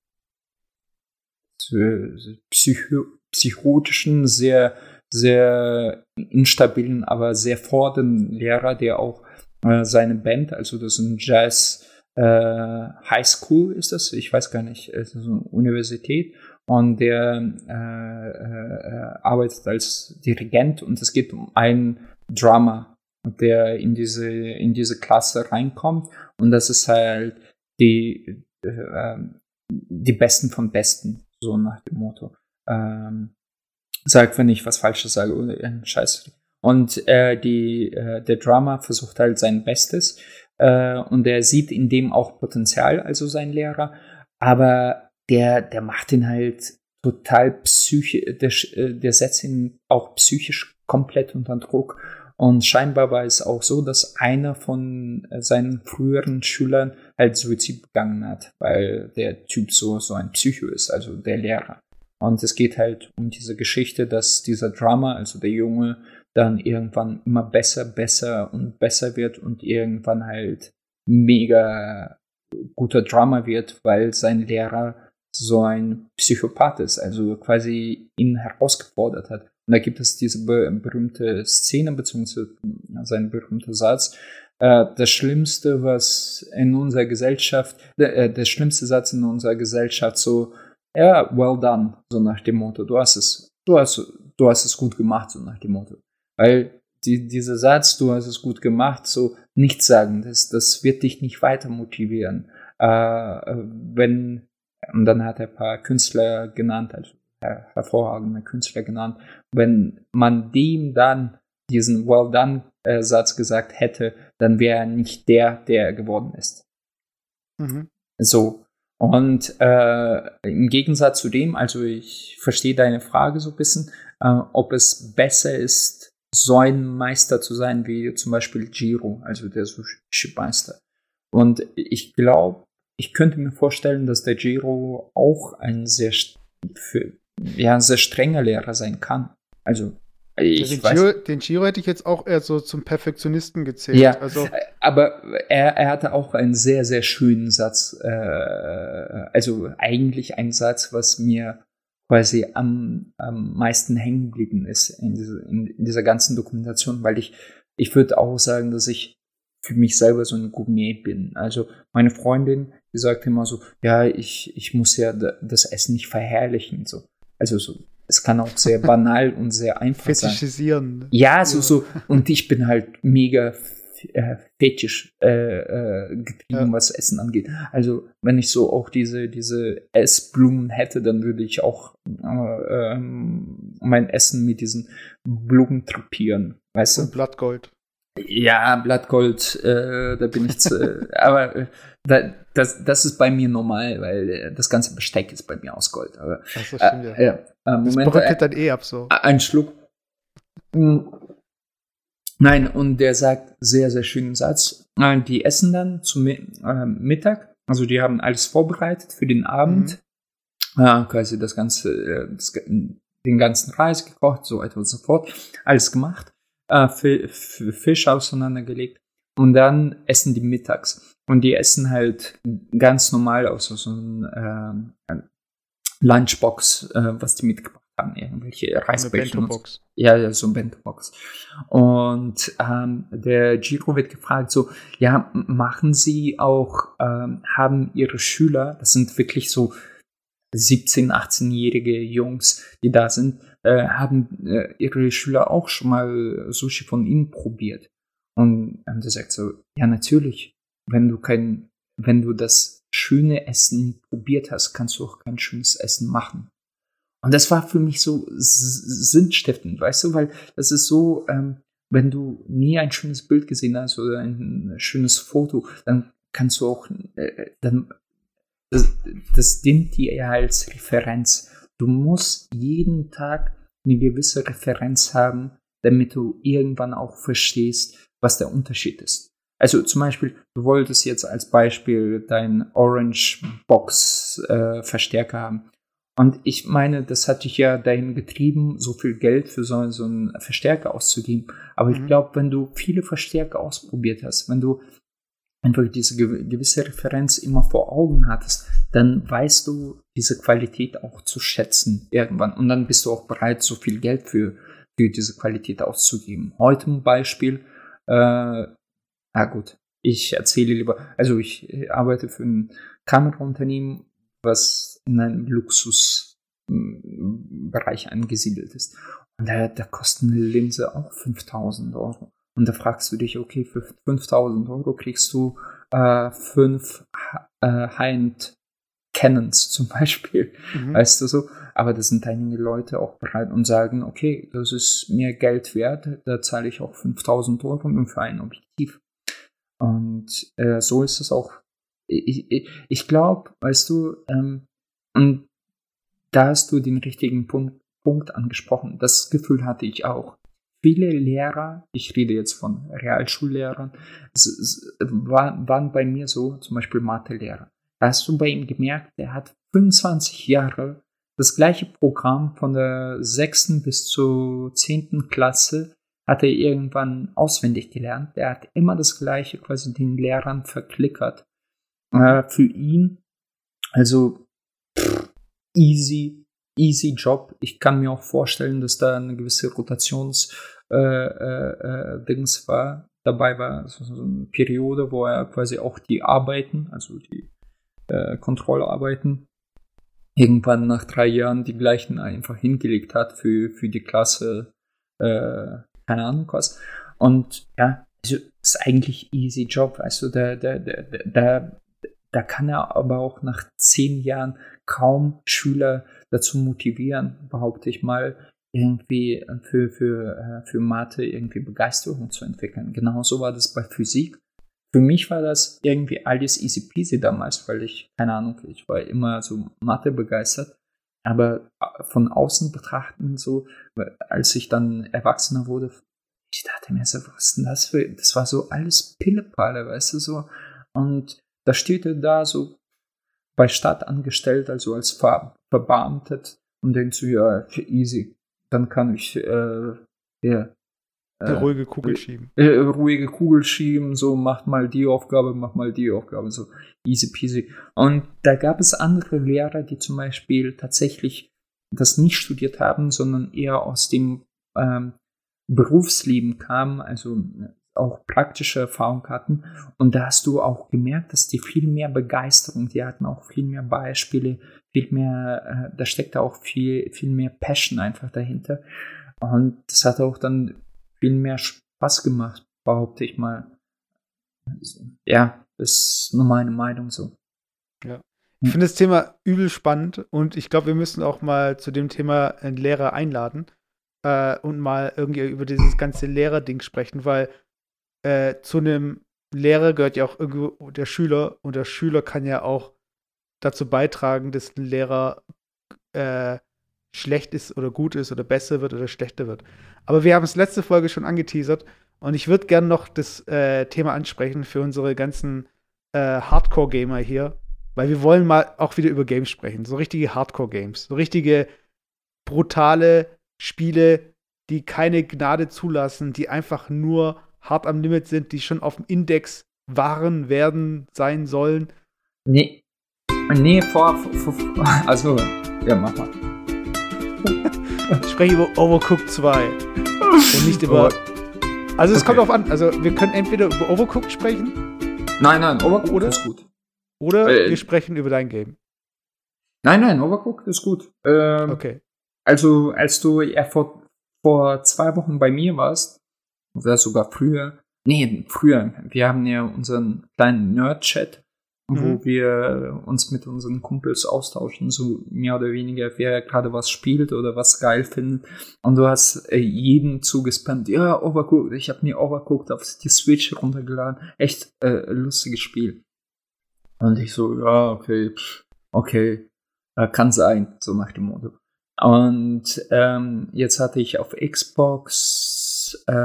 psycho- psychotischen, sehr, sehr instabilen, aber sehr fordernden Lehrer, der auch seine Band, also das ist ein Jazz äh, High School ist das, ich weiß gar nicht, es ist eine Universität und der äh, äh, arbeitet als Dirigent und es geht um einen Drummer, der in diese in diese Klasse reinkommt und das ist halt die äh, die Besten von Besten, so nach dem Motto. Ähm, sag, wenn ich was Falsches sage oder irgendeinen Scheiß. Und äh, die, äh, der Drummer versucht halt sein Bestes äh, und er sieht in dem auch Potenzial, also sein Lehrer, aber der, der macht ihn halt total psychisch, der, der setzt ihn auch psychisch komplett unter Druck Und scheinbar war es auch so, dass einer von seinen früheren Schülern halt Suizid begangen hat, weil der Typ so, so ein Psycho ist, also der Lehrer. Und es geht halt um diese Geschichte, dass dieser Drummer, also der Junge, dann irgendwann immer besser, besser und besser wird und irgendwann halt mega guter Drummer wird, weil sein Lehrer so ein Psychopath ist, also quasi ihn herausgefordert hat. Und da gibt es diese be- berühmte Szene, beziehungsweise sein berühmter Satz, äh, das Schlimmste, was in unserer Gesellschaft, äh, der schlimmste Satz in unserer Gesellschaft, so, ja, well done, so nach dem Motto, du hast es, du hast, du hast es gut gemacht, so nach dem Motto. Weil die, dieser Satz, du hast es gut gemacht, so nichts sagen, das, das wird dich nicht weiter motivieren. Äh, wenn, und dann hat er ein paar Künstler genannt, also her- hervorragende Künstler genannt, wenn man dem dann diesen Well Done-Satz gesagt hätte, dann wäre er nicht der, der er geworden ist. Mhm. So. Und äh, im Gegensatz zu dem, also ich verstehe deine Frage so ein bisschen, äh, ob es besser ist, so ein Meister zu sein wie zum Beispiel Jiro, also der Sushi-Meister. Und ich glaube, ich könnte mir vorstellen, dass der Jiro auch ein sehr, st- für, ja, sehr strenger Lehrer sein kann. Also ich den, weiß, Giro, den Giro hätte ich jetzt auch eher so zum Perfektionisten gezählt. ja, Also, aber er, er hatte auch einen sehr, sehr schönen Satz. Äh, also eigentlich ein Satz, was mir quasi am, am meisten hängen geblieben ist in, diese, in, in dieser ganzen Dokumentation, weil ich, ich würde auch sagen, dass ich für mich selber so ein Gourmet bin. Also meine Freundin, die sagt immer so, ja, ich, ich muss ja das Essen nicht verherrlichen. So. Also so, es kann auch sehr banal und sehr einfach sein. fetischisieren. Ja, so, so. Und ich bin halt mega f- äh, fetisch äh, äh, getrieben, Ja. was Essen angeht. Also, wenn ich so auch diese, diese Essblumen hätte, dann würde ich auch äh, ähm, mein Essen mit diesen Blumen drapieren. Weißt Und du? Blattgold. Ja, Blattgold, äh, da bin ich zu, aber äh, da, das, das ist bei mir normal, weil äh, das ganze Besteck ist bei mir aus Gold. Aber, Ach, das stimmt ja. äh, ja, äh, Das Moment, bröckelt dann eh ab so. ein Schluck. Mm. Nein, und der sagt sehr, sehr schönen Satz. Äh, Die essen dann zum Mi- äh, Mittag, also die haben alles vorbereitet für den Abend. Äh, quasi das ganze, äh, das, den ganzen Reis gekocht, so weiter und so fort. Alles gemacht. Äh, Fi- F- Fisch auseinandergelegt. Und dann essen die mittags. Und die essen halt ganz normal aus so einem äh, Lunchbox, äh, was die mitgebracht haben, irgendwelche Eine Reisbällchen. und so. Bento-Box. Ja, ja, so ein Bento-Box. Und ähm, der Giro wird gefragt, so, ja, m- machen Sie auch, ähm, haben Ihre Schüler, das sind wirklich so siebzehn-, achtzehnjährige Jungs, die da sind, äh, haben äh, ihre Schüler auch schon mal Sushi von Ihnen probiert? Und ähm, der sagt so, ja, natürlich, wenn du kein, wenn du das schöne Essen nie probiert hast, kannst du auch kein schönes Essen machen. Und das war für mich so s- sinnstiftend, weißt du, weil das ist so, ähm, wenn du nie ein schönes Bild gesehen hast oder ein schönes Foto, dann kannst du auch, äh, dann, das, das dient dir ja als Referenz. Du musst jeden Tag eine gewisse Referenz haben, damit du irgendwann auch verstehst, was der Unterschied ist. Also zum Beispiel, du wolltest jetzt als Beispiel dein Orange Box äh, Verstärker haben. Und ich meine, das hat dich ja dahin getrieben, so viel Geld für so, so einen Verstärker auszugeben. Aber Mhm. ich glaube, wenn du viele Verstärker ausprobiert hast, wenn du einfach diese gew- gewisse Referenz immer vor Augen hattest, dann weißt du diese Qualität auch zu schätzen irgendwann. Und dann bist du auch bereit, so viel Geld für, für diese Qualität auszugeben. Heute ein Beispiel, äh, na gut, ich erzähle lieber, also ich äh, arbeite für ein Kameraunternehmen, was in einem Luxusbereich angesiedelt ist. Und da, da kostet eine Linse auch fünftausend Euro. Und da fragst du dich, okay, für fünftausend Euro kriegst du äh, fünf äh, High-End Canons zum Beispiel, Mhm. weißt du so. Aber da sind einige Leute auch bereit und sagen, okay, das ist mir Geld wert, da zahle ich auch fünftausend Euro nur für ein Objektiv. Und äh, so ist es auch. Ich, ich, ich glaube, weißt du, ähm, und da hast du den richtigen Punkt, Punkt angesprochen. Das Gefühl hatte ich auch. viele Lehrer, ich rede jetzt von Realschullehrern, es, es war, waren bei mir so, zum Beispiel Mathelehrer. Da hast du bei ihm gemerkt, der hat fünfundzwanzig Jahre das gleiche Programm von der sechsten bis zur zehnten Klasse hat er irgendwann auswendig gelernt. Der hat immer das Gleiche quasi den Lehrern verklickert. Äh, für ihn, also pff, easy, easy Job. Ich kann mir auch vorstellen, dass da eine gewisse Rotations äh, äh, äh, Dings war. Dabei war so, so eine Periode, wo er quasi auch die Arbeiten, also die äh, Kontrollarbeiten, irgendwann nach drei Jahren die gleichen einfach hingelegt hat für, für die Klasse, äh, keine Ahnung was. Und ja, also ist eigentlich easy Job, weißt du, da, da, da, da, da kann er aber auch nach zehn Jahren kaum Schüler dazu motivieren, behaupte ich mal, irgendwie für, für, für Mathe irgendwie Begeisterung zu entwickeln. Genauso war das bei Physik. Für mich war das irgendwie alles easy peasy damals, weil ich, keine Ahnung, ich war immer so Mathe begeistert. Aber von außen betrachten, so, als ich dann Erwachsener wurde, ich dachte mir so, was ist denn das für, das war so alles Pillepalle, weißt du, so. Und da steht er da so bei Stadt angestellt, also als ver verbeamtet und denkt so, ja, easy, dann kann ich, äh, ja, Äh, ruhige Kugel schieben. Äh, ruhige Kugel schieben, so macht mal die Aufgabe, mach mal die Aufgabe, so easy peasy. Und da gab es andere Lehrer, die zum Beispiel tatsächlich das nicht studiert haben, sondern eher aus dem ähm, Berufsleben kamen, also auch praktische Erfahrung hatten. Und da hast du auch gemerkt, dass die viel mehr Begeisterung, die hatten auch viel mehr Beispiele, viel mehr, äh, da steckte auch viel, viel mehr Passion einfach dahinter. Und das hat auch dann viel mehr Spaß gemacht, behaupte ich mal. Ja, ist nur meine Meinung so. Ja. Ich finde das Thema übel spannend und ich glaube, wir müssen auch mal zu dem Thema einen Lehrer einladen äh, und mal irgendwie über dieses ganze Lehrerding sprechen, weil äh, zu einem Lehrer gehört ja auch irgendwo der Schüler und der Schüler kann ja auch dazu beitragen, dass ein Lehrer äh, schlecht ist oder gut ist oder besser wird oder schlechter wird. Aber wir haben es letzte Folge schon angeteasert und ich würde gerne noch das äh, Thema ansprechen für unsere ganzen äh, Hardcore-Gamer hier, weil wir wollen mal auch wieder über Games sprechen. So richtige Hardcore-Games. So richtige brutale Spiele, die keine Gnade zulassen, die einfach nur hart am Limit sind, die schon auf dem Index waren, werden, sein sollen. Nee. Nee, vor, vor, vor also, ja, mach mal. Ich spreche über Overcooked zwei. Und nicht über. Also, es okay. kommt drauf an. Also, wir können entweder über Overcooked sprechen. Nein, nein, Overcooked oder? Ist gut. Oder äh, wir sprechen über dein Game. Nein, nein, Overcooked ist gut. Ähm, okay. Also, als du ja vor, vor zwei Wochen bei mir warst, oder sogar früher. Nee, früher. Wir haben ja unseren kleinen Nerd-Chat, wo mhm. wir uns mit unseren Kumpels austauschen, so mehr oder weniger, wer gerade was spielt oder was geil findet. Und du hast äh, jeden zugespammt, ja, Overcooked, ich habe mir Overcooked auf die Switch runtergeladen. Echt äh, lustiges Spiel. Und ich so, ja, okay, pff, okay, äh, kann sein, so nach dem Motto. Und ähm, jetzt hatte ich auf Xbox, äh,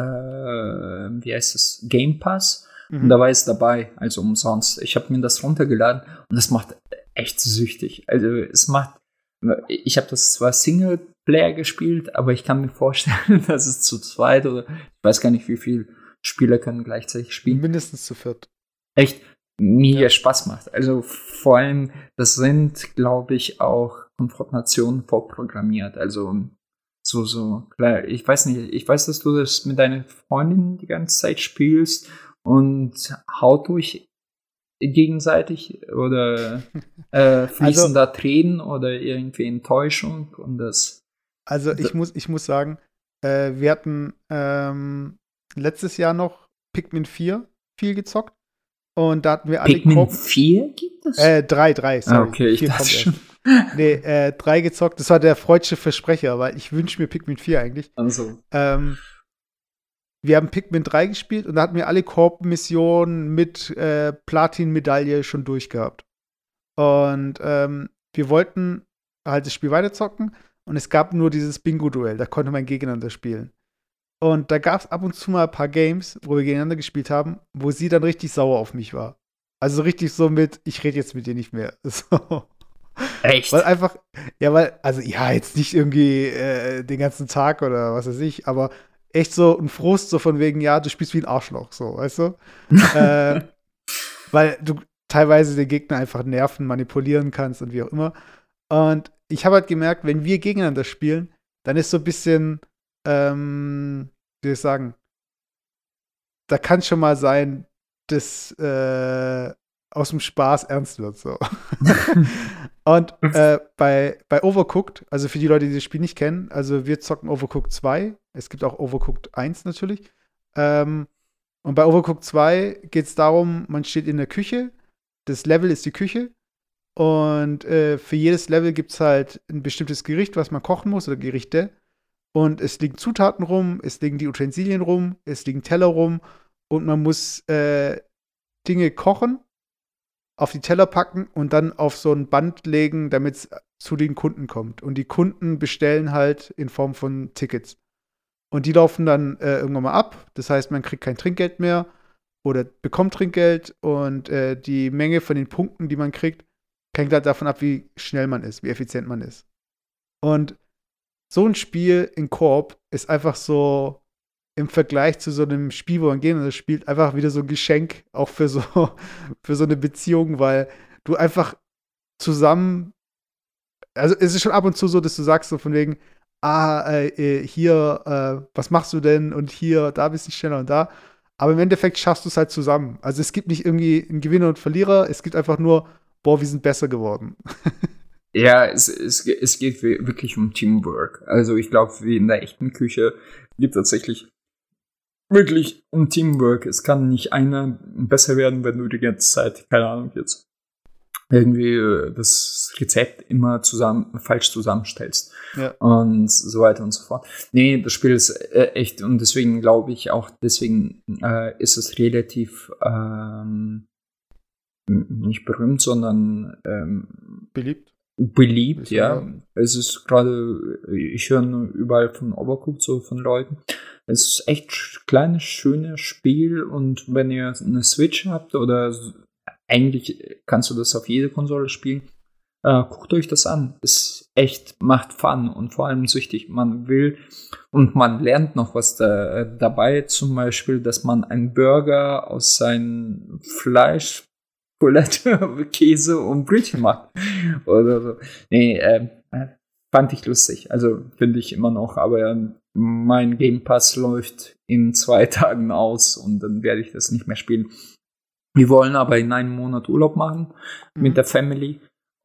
wie heißt es, Game Pass. Und da war es dabei, also umsonst. Ich habe mir das runtergeladen und das macht echt süchtig. Also es macht, ich habe das zwar Singleplayer gespielt, aber ich kann mir vorstellen, dass es zu zweit oder ich weiß gar nicht, wie viele Spieler können gleichzeitig spielen. Mindestens zu viert. Echt mega ja. Spaß macht. Also vor allem, das sind, glaube ich, auch Konfrontationen vorprogrammiert. Also so, so, klar, ich weiß nicht, ich weiß, dass du das mit deiner Freundin die ganze Zeit spielst und haut euch gegenseitig oder äh, fließen also, da Tränen oder irgendwie Enttäuschung und das. Also ich muss, ich muss sagen, äh, wir hatten ähm, letztes Jahr noch Pikmin vier viel gezockt und da hatten wir alle Pikmin Korb- vier gibt es? Äh, drei, drei, sorry. Ah, okay, ich dachte schon. Nee, äh, drei gezockt, das war der freudsche Versprecher, weil ich wünsche mir Pikmin vier eigentlich. Also. Ähm, Wir haben Pikmin drei gespielt und da hatten wir alle Koop-Missionen mit äh, Platin-Medaille schon durchgehabt. Und ähm, wir wollten halt das Spiel weiterzocken und es gab nur dieses Bingo-Duell, da konnte man gegeneinander spielen. Und da gab es ab und zu mal ein paar Games, wo wir gegeneinander gespielt haben, wo sie dann richtig sauer auf mich war. Also richtig so mit, ich rede jetzt mit dir nicht mehr. So. Echt? Weil einfach, ja, weil, also ja, jetzt nicht irgendwie äh, den ganzen Tag oder was weiß ich, aber echt so ein Frust, so von wegen, ja, du spielst wie ein Arschloch, so, weißt du? äh, weil du teilweise den Gegner einfach nerven, manipulieren kannst und wie auch immer. Und ich habe halt gemerkt, wenn wir gegeneinander spielen, dann ist so ein bisschen, ähm, wie soll ich sagen, da kann schon mal sein, dass äh, aus dem Spaß ernst wird, so. Und äh, bei, bei Overcooked, also für die Leute, die das Spiel nicht kennen, also wir zocken Overcooked zwei, es gibt auch Overcooked eins natürlich. Ähm, und bei Overcooked zwei geht es darum, man steht in der Küche, das Level ist die Küche und äh, für jedes Level gibt es halt ein bestimmtes Gericht, was man kochen muss oder Gerichte. Und es liegen Zutaten rum, es liegen die Utensilien rum, es liegen Teller rum und man muss äh, Dinge kochen, auf die Teller packen und dann auf so ein Band legen, damit es zu den Kunden kommt. Und die Kunden bestellen halt in Form von Tickets. Und die laufen dann äh, irgendwann mal ab. Das heißt, man kriegt kein Trinkgeld mehr oder bekommt Trinkgeld. Und äh, die Menge von den Punkten, die man kriegt, hängt halt davon ab, wie schnell man ist, wie effizient man ist. Und so ein Spiel in Koop ist einfach so im Vergleich zu so einem Spiel, wo man gegeneinander spielt, einfach wieder so ein Geschenk, auch für so, für so eine Beziehung, weil du einfach zusammen, also es ist schon ab und zu so, dass du sagst so von wegen, ah, äh, hier, äh, was machst du denn? Und hier, da bist du schneller und da. Aber im Endeffekt schaffst du es halt zusammen. Also es gibt nicht irgendwie einen Gewinner und Verlierer, es gibt einfach nur, boah, wir sind besser geworden. Ja, es, es, es geht wirklich um Teamwork. Also ich glaube, wie in der echten Küche geht tatsächlich wirklich um Teamwork. Es kann nicht einer besser werden, wenn du die ganze Zeit, keine Ahnung, jetzt irgendwie das Rezept immer zusammen, falsch zusammenstellst. Ja. Und so weiter und so fort. Nee, das Spiel ist äh, echt, und deswegen glaube ich auch, deswegen äh, ist es relativ ähm, nicht berühmt, sondern ähm, beliebt. Beliebt, ja. ja. Es ist gerade, ich höre überall von Overcooked, so von Leuten. Es ist echt ein kleines, schönes Spiel, und wenn ihr eine Switch habt oder eigentlich kannst du das auf jede Konsole spielen, äh, guckt euch das an. Es echt macht Fun und vor allem süchtig. Man will und man lernt noch was da, dabei, zum Beispiel, dass man einen Burger aus seinem Fleisch, Bulette, Käse und Brötchen macht. Oder so. Nee, äh, fand ich lustig. Also finde ich immer noch, aber mein Game Pass läuft in zwei Tagen aus und dann werde ich das nicht mehr spielen. Wir wollen aber in einem Monat Urlaub machen mhm. mit der Family,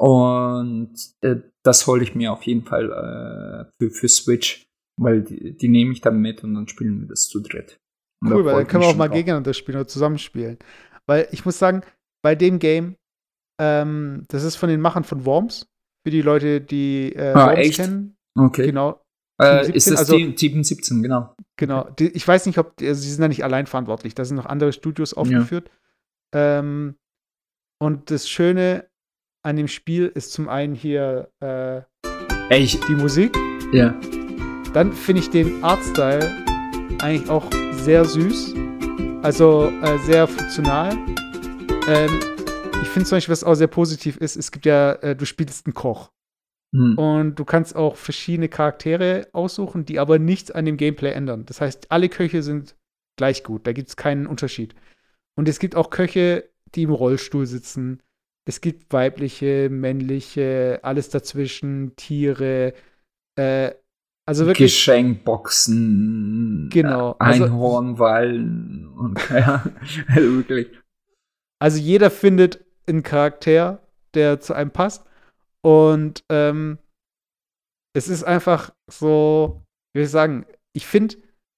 und äh, das hole ich mir auf jeden Fall äh, für, für Switch, weil die, die nehme ich dann mit und dann spielen wir das zu dritt. Und cool, weil dann können wir auch mal drauf. gegeneinander spielen oder zusammenspielen. Weil ich muss sagen, bei dem Game, ähm, das ist von den Machern von Worms, für die Leute, die äh, ah, Worms echt? kennen. Okay. Genau. Äh, ist das also, Team siebzehn, genau. Genau. Die, ich weiß nicht, ob, also sie sind da nicht allein verantwortlich, da sind noch andere Studios aufgeführt. Ja. Ähm, und das Schöne an dem Spiel ist zum einen hier äh, Ey, ich, die Musik. Ja. Dann finde ich den Artstyle eigentlich auch sehr süß. Also äh, sehr funktional. Ähm, ich finde zum Beispiel, was auch sehr positiv ist, es gibt ja, äh, du spielst einen Koch. Hm. Und du kannst auch verschiedene Charaktere aussuchen, die aber nichts an dem Gameplay ändern. Das heißt, alle Köche sind gleich gut, da gibt es keinen Unterschied. Und es gibt auch Köche, die im Rollstuhl sitzen. Es gibt weibliche, männliche, alles dazwischen, Tiere, äh, also wirklich. Geschenkboxen, genau, Einhornwallen also, und ja, also wirklich. Also jeder findet einen Charakter, der zu einem passt. Und ähm, es ist einfach so, wie soll ich sagen, ich finde,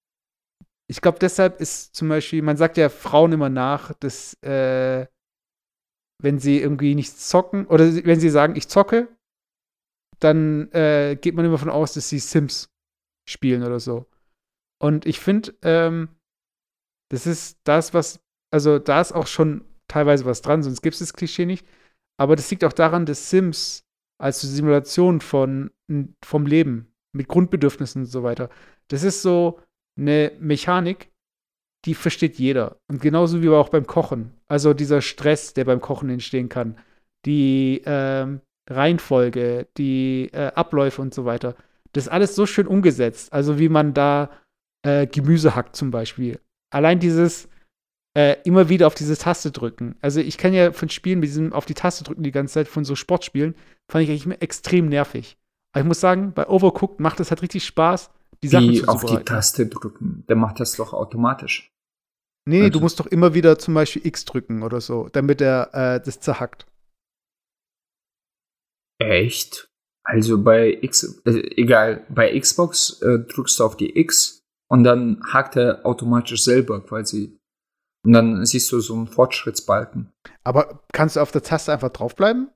ich glaube, deshalb ist zum Beispiel, man sagt ja Frauen immer nach, dass äh, wenn sie irgendwie nichts zocken, oder wenn sie sagen, ich zocke, dann äh, geht man immer davon aus, dass sie Sims spielen oder so. Und ich finde, ähm, das ist das, was, also da ist auch schon teilweise was dran, sonst gibt es das Klischee nicht. Aber das liegt auch daran, dass Sims als Simulation von, vom Leben mit Grundbedürfnissen und so weiter, das ist so, eine Mechanik, die versteht jeder. Und genauso wie auch beim Kochen. Also dieser Stress, der beim Kochen entstehen kann. Die ähm, Reihenfolge, die äh, Abläufe und so weiter. Das ist alles so schön umgesetzt. Also wie man da äh, Gemüse hackt zum Beispiel. Allein dieses äh, immer wieder auf diese Taste drücken. Also ich kann ja von Spielen mit diesem auf die Taste drücken die ganze Zeit, von so Sportspielen, fand ich eigentlich extrem nervig. Aber ich muss sagen, bei Overcooked macht es halt richtig Spaß, die Sachen Die zuzubereiten. auf die Taste drücken, der macht das doch automatisch. Nee, nee, Also- du musst doch immer wieder zum Beispiel X drücken oder so, damit er äh, das zerhackt. Echt? Also bei X, äh, egal, bei Xbox äh, drückst du auf die X und dann hakt er automatisch selber quasi. Und dann siehst du so einen Fortschrittsbalken. Aber kannst du auf der Taste einfach draufbleiben?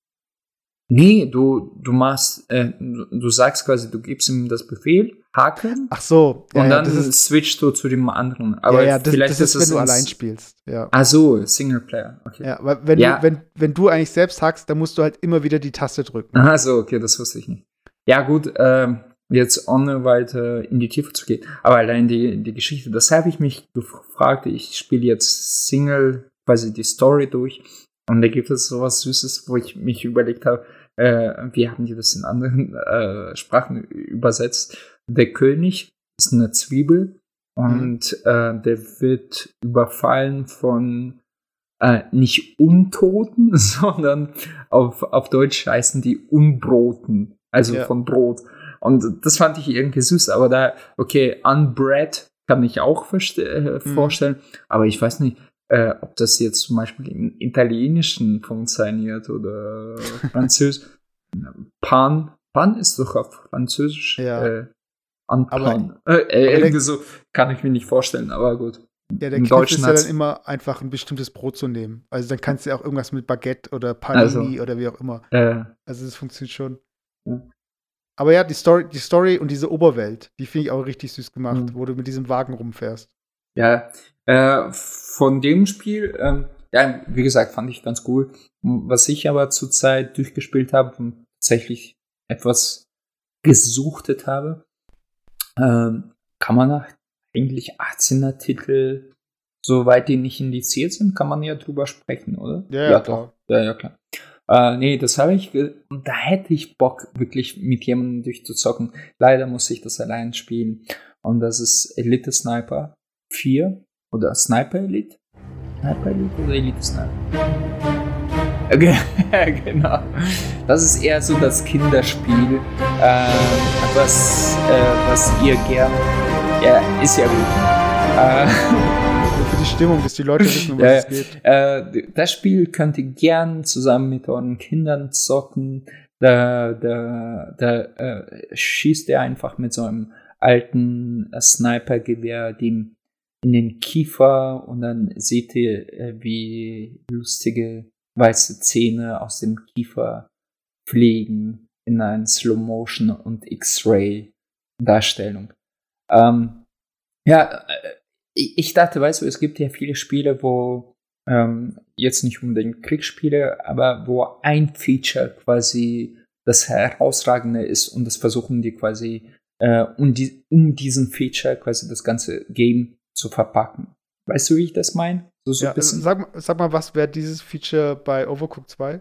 Nee, du, du machst, äh, du, du sagst quasi, du gibst ihm das Befehl, haken, Ach so. Ja, und ja, dann das ist, switcht du zu dem anderen. Aber ja, ja, das, vielleicht das ist, ist wenn du ins- allein spielst. Ja. Ach so, Singleplayer, okay. Ja, weil wenn, Ja. Du, wenn, wenn du eigentlich selbst hackst, dann musst du halt immer wieder die Taste drücken. Ach so, okay, das wusste ich nicht. Ja gut, ähm, jetzt ohne weiter in die Tiefe zu gehen, aber allein die, die Geschichte, das habe ich mich gefragt, ich spiele jetzt Single, quasi die Story durch, und da gibt es sowas Süßes, wo ich mich überlegt habe, äh, wie haben die das in anderen äh, Sprachen übersetzt? Der König ist eine Zwiebel und äh, der wird überfallen von äh, nicht Untoten, sondern auf, auf Deutsch heißen die Unbroten, also Ja. von Brot. Und das fand ich irgendwie süß, aber da, okay, Unbread kann ich auch verste- äh, Mhm. vorstellen, aber ich weiß nicht, äh, ob das jetzt zum Beispiel im Italienischen funktioniert oder Französisch. Pan, Pan ist doch auf Französisch. Ja. Äh, Unpan. Aber- äh, äh, aber irgendwie der- so kann ich mir nicht vorstellen, aber gut. Ja, der Im Kniff Deutschen ist ja hat's- dann immer einfach ein bestimmtes Brot zu nehmen. Also dann kannst du ja auch irgendwas mit Baguette oder Panini Also. oder wie auch immer. Äh, Also das funktioniert schon. Ja. Aber ja, die Story, die Story und diese Oberwelt, die finde ich auch richtig süß gemacht, Mhm. wo du mit diesem Wagen rumfährst. Ja, äh, von dem Spiel, ähm, ja, wie gesagt, fand ich ganz cool. Was ich aber zurzeit durchgespielt habe und tatsächlich etwas gesuchtet habe, ähm, kann man nach eigentlich achtzehner Titel, soweit die nicht indiziert sind, kann man ja drüber sprechen, oder? Ja, ja, klar. doch. Ja, ja, klar. Äh, nee, das habe ich, ge- und da hätte ich Bock, wirklich mit jemandem durchzuzocken. Leider muss ich das allein spielen. Und das ist Elite Sniper vier oder Sniper Elite? Sniper Elite oder Elite Sniper? Okay, genau. Das ist eher so das Kinderspiel, äh, was, äh, was ihr gern. Ja, ist ja gut. Äh, Nur für die Stimmung, dass die Leute wissen, um was Ja, es geht. äh, das Spiel könnt ihr gern zusammen mit euren Kindern zocken. Da, da, da äh, schießt ihr einfach mit so einem alten äh, Snipergewehr dem in den Kiefer und dann seht ihr, äh, wie lustige weiße Zähne aus dem Kiefer fliegen in einer Slow-Motion und X-Ray-Darstellung. Ähm, ja, äh, ich ich dachte, weißt du, es gibt ja viele Spiele, wo ähm, jetzt nicht unbedingt Kriegsspiele, aber wo ein Feature quasi das Herausragende ist und das versuchen die quasi äh, um, die, um diesen Feature quasi das ganze Game zu verpacken. Weißt du, wie ich das meine? So, so Ja, ein bisschen. sag, mal- sag mal, was wäre dieses Feature bei Overcooked zwei?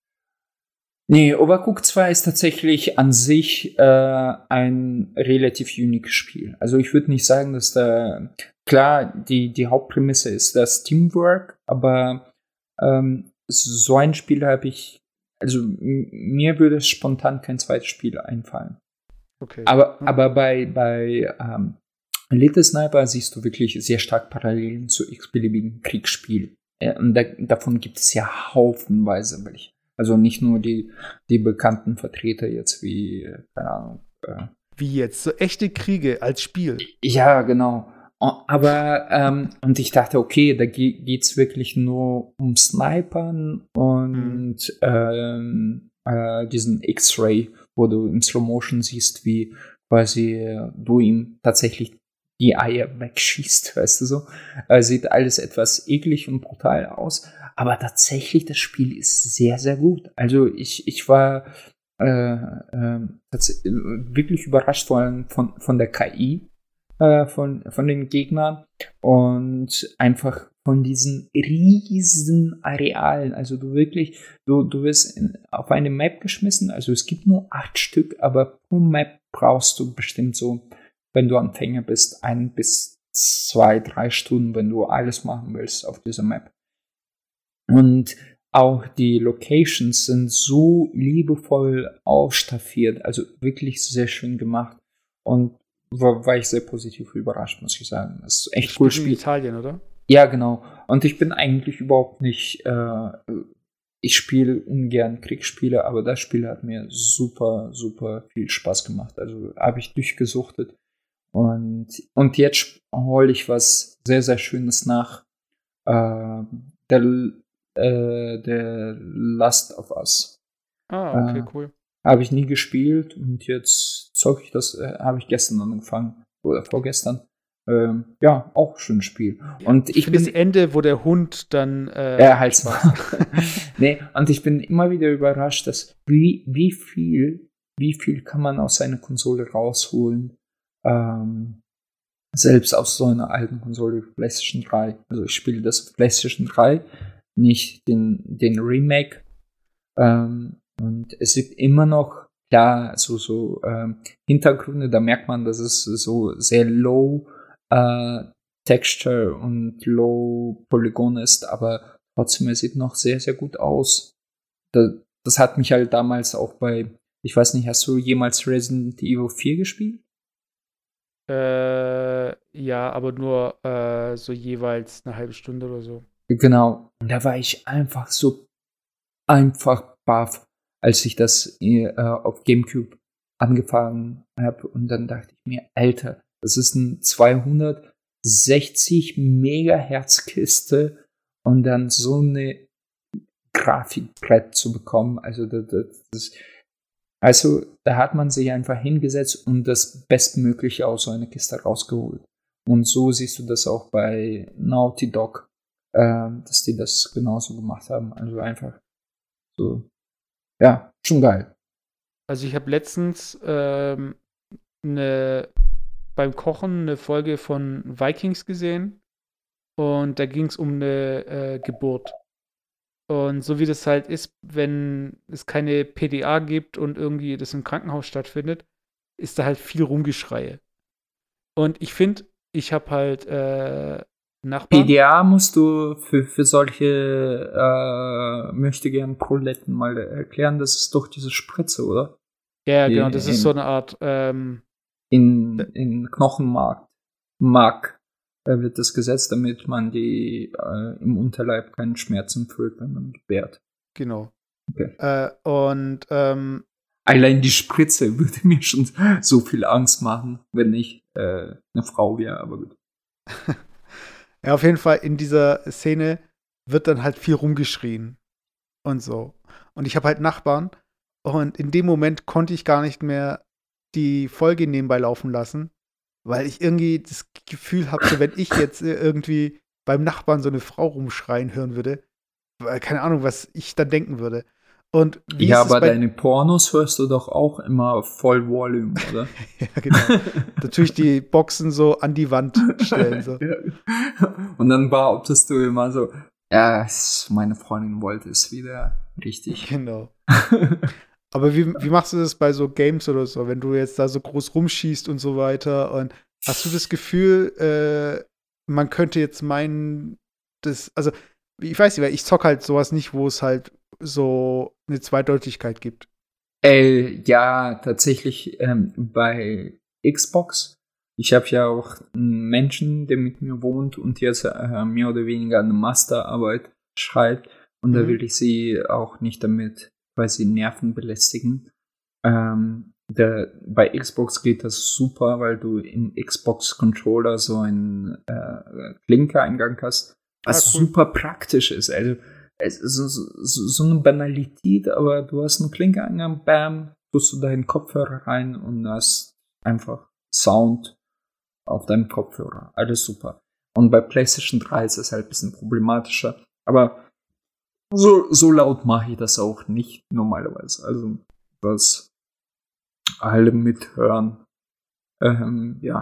Nee, Overcooked zwei ist tatsächlich an sich äh, ein relativ uniques Spiel. Also ich würde nicht sagen, dass da, klar, die, die Hauptprämisse ist das Teamwork, aber ähm, so ein Spiel habe ich, also m- mir würde spontan kein zweites Spiel einfallen. Okay. Aber, Hm. aber bei, bei ähm, Elite Sniper siehst du wirklich sehr stark Parallelen zu x-beliebigen Kriegsspielen. Äh, und da, davon gibt es ja haufenweise welche. Also nicht nur die, die bekannten Vertreter jetzt wie, äh, keine Ahnung. Äh, Wie jetzt? So echte Kriege als Spiel. ja, genau. O- Aber, ähm, und ich dachte, okay, da ge- geht's wirklich nur um Snipern und ähm, äh, diesen X-Ray, wo du im Slow-Motion siehst, wie quasi äh, du ihm tatsächlich die Eier wegschießt, weißt du so. Äh, sieht alles etwas eklig und brutal aus, aber tatsächlich, das Spiel ist sehr, sehr gut. Also ich, ich war äh, äh, tats- wirklich überrascht von, von, von der K I, äh, von, von den Gegnern und einfach von diesen riesen Arealen. Also du wirklich, du, du wirst in, auf eine Map geschmissen, also es gibt nur acht Stück, aber pro Map brauchst du bestimmt so, wenn du Anfänger bist, ein bis zwei, drei Stunden, wenn du alles machen willst auf dieser Map. Und auch die Locations sind so liebevoll aufstaffiert, also wirklich sehr schön gemacht. Und war, war ich sehr positiv überrascht, muss ich sagen. Das ist echt cool. Spiel in Italien, oder? Ja, genau. Und ich bin eigentlich überhaupt nicht, äh, ich spiele ungern Kriegsspiele, aber das Spiel hat mir super, super viel Spaß gemacht. Also habe ich durchgesuchtet. Und, und jetzt hole ich was sehr, sehr Schönes nach. Äh, der, äh, der Last of Us. Ah, okay, äh, cool. Habe ich nie gespielt und jetzt zocke ich das, äh, habe ich gestern angefangen. Oder vorgestern. Ähm, ja, auch schönes Spiel. Und Ich, ich finde bin das Ende, wo der Hund dann äh, Ja, halt. Spaß. Nee, und ich bin immer wieder überrascht, dass wie, wie viel, wie viel kann man aus seiner Konsole rausholen, ähm, selbst aus so einer alten Konsole wie PlayStation drei. Also ich spiele das auf PlayStation drei, nicht den, den Remake. Ähm, und es gibt immer noch, klar, so, so ähm, Hintergründe, da merkt man, dass es so sehr low äh, Texture und Low Polygon ist, aber trotzdem, es sieht noch sehr, sehr gut aus. Das, das hat mich halt damals auch bei, ich weiß nicht, hast du jemals Resident Evil vier gespielt? Äh, ja, aber nur äh, so jeweils eine halbe Stunde oder so. Genau. Und da war ich einfach so einfach baff, als ich das äh, auf GameCube angefangen habe. Und dann dachte ich mir, Alter, das ist ein zweihundertsechzig Megahertz Kiste und dann so eine Grafikbrett zu bekommen. Also das, das, das, also da hat man sich einfach hingesetzt und das Bestmögliche aus so einer Kiste rausgeholt. Und so siehst du das auch bei Naughty Dog, äh, dass die das genauso gemacht haben. Also einfach so, ja, schon geil. Also ich habe letztens ähm, eine, beim Kochen eine Folge von Vikings gesehen und da ging es um eine äh, Geburt. Und so wie das halt ist, wenn es keine P D A gibt und irgendwie das im Krankenhaus stattfindet, ist da halt viel Rumgeschreie. Und ich finde, ich habe halt äh, Nachbarn. P D A musst du für, für solche äh, möchte gern Proletten mal erklären, das ist doch diese Spritze, oder? Ja, Die genau, das in, ist so eine Art ähm, in, in Knochenmark Mark, äh, wird das gesetzt, damit man die äh, im Unterleib keinen Schmerzen fühlt, wenn man gebärt. Genau. Okay. Äh, und ähm, Allein die Spritze würde mir schon so viel Angst machen, wenn ich äh, eine Frau wäre, aber gut. Ja, auf jeden Fall in dieser Szene wird dann halt viel rumgeschrien und so. Und ich habe halt Nachbarn und in dem Moment konnte ich gar nicht mehr die Folge nebenbei laufen lassen, weil ich irgendwie das Gefühl habe, so wenn ich jetzt irgendwie beim Nachbarn so eine Frau rumschreien hören würde, keine Ahnung, was ich dann denken würde. Und wie ja, ist es aber bei deine Pornos hörst du doch auch immer auf voll Volume, oder? Ja, genau. Natürlich die Boxen so an die Wand stellen. So. Und dann behauptest du immer so, ja, meine Freundin wollte es wieder richtig. Genau. Aber wie, wie machst du das bei so Games oder so, wenn du jetzt da so groß rumschießt und so weiter? Und hast du das Gefühl, äh, man könnte jetzt meinen, das, also ich weiß nicht, weil ich zock halt sowas nicht, wo es halt so eine Zweideutigkeit gibt. Äh, ja, tatsächlich ähm, bei Xbox. Ich habe ja auch einen Menschen, der mit mir wohnt und jetzt äh, mehr oder weniger eine Masterarbeit schreibt. Und mhm. da will ich sie auch nicht damit quasi Nerven belästigen. Ähm, der, bei Xbox geht das super, weil du im Xbox-Controller so einen äh, Klinke-Eingang hast, was ah, cool. super praktisch ist. Also es ist so, so, so eine Banalität, aber du hast einen Klinke-Eingang, bam, tust du deinen Kopfhörer rein und hast einfach Sound auf deinem Kopfhörer. Alles super. Und bei PlayStation drei ist es halt ein bisschen problematischer. Aber so, so laut mache ich das auch nicht normalerweise. Also, dass alle mithören. Ähm, ja.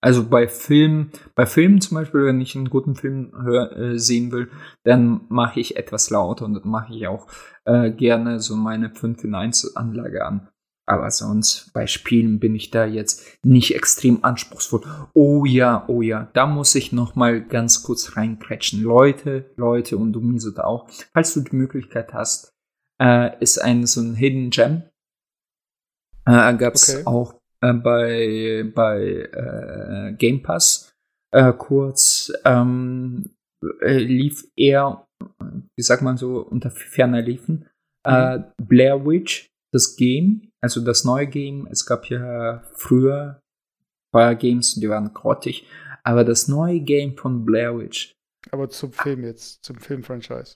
Also bei Filmen, bei Filmen zum Beispiel, wenn ich einen guten Film hör, äh, sehen will, dann mache ich etwas lauter und dann mache ich auch äh, gerne so meine fünf in eins Anlage an. Aber sonst bei Spielen bin ich da jetzt nicht extrem anspruchsvoll. Oh ja, oh ja, da muss ich noch mal ganz kurz reinkrätschen. Leute, Leute und du Miso da auch, falls du die Möglichkeit hast, äh, ist ein so ein Hidden Gem. Äh, gab's Okay. auch äh, bei bei äh, Game Pass äh, kurz ähm, äh, lief eher, wie sagt man so, unter ferner Liefen äh, Blair Witch, das Game, also das neue Game. Es gab ja früher ein paar Games, die waren grottig, aber das neue Game von Blair Witch. Aber zum Film jetzt, zum Film-Franchise.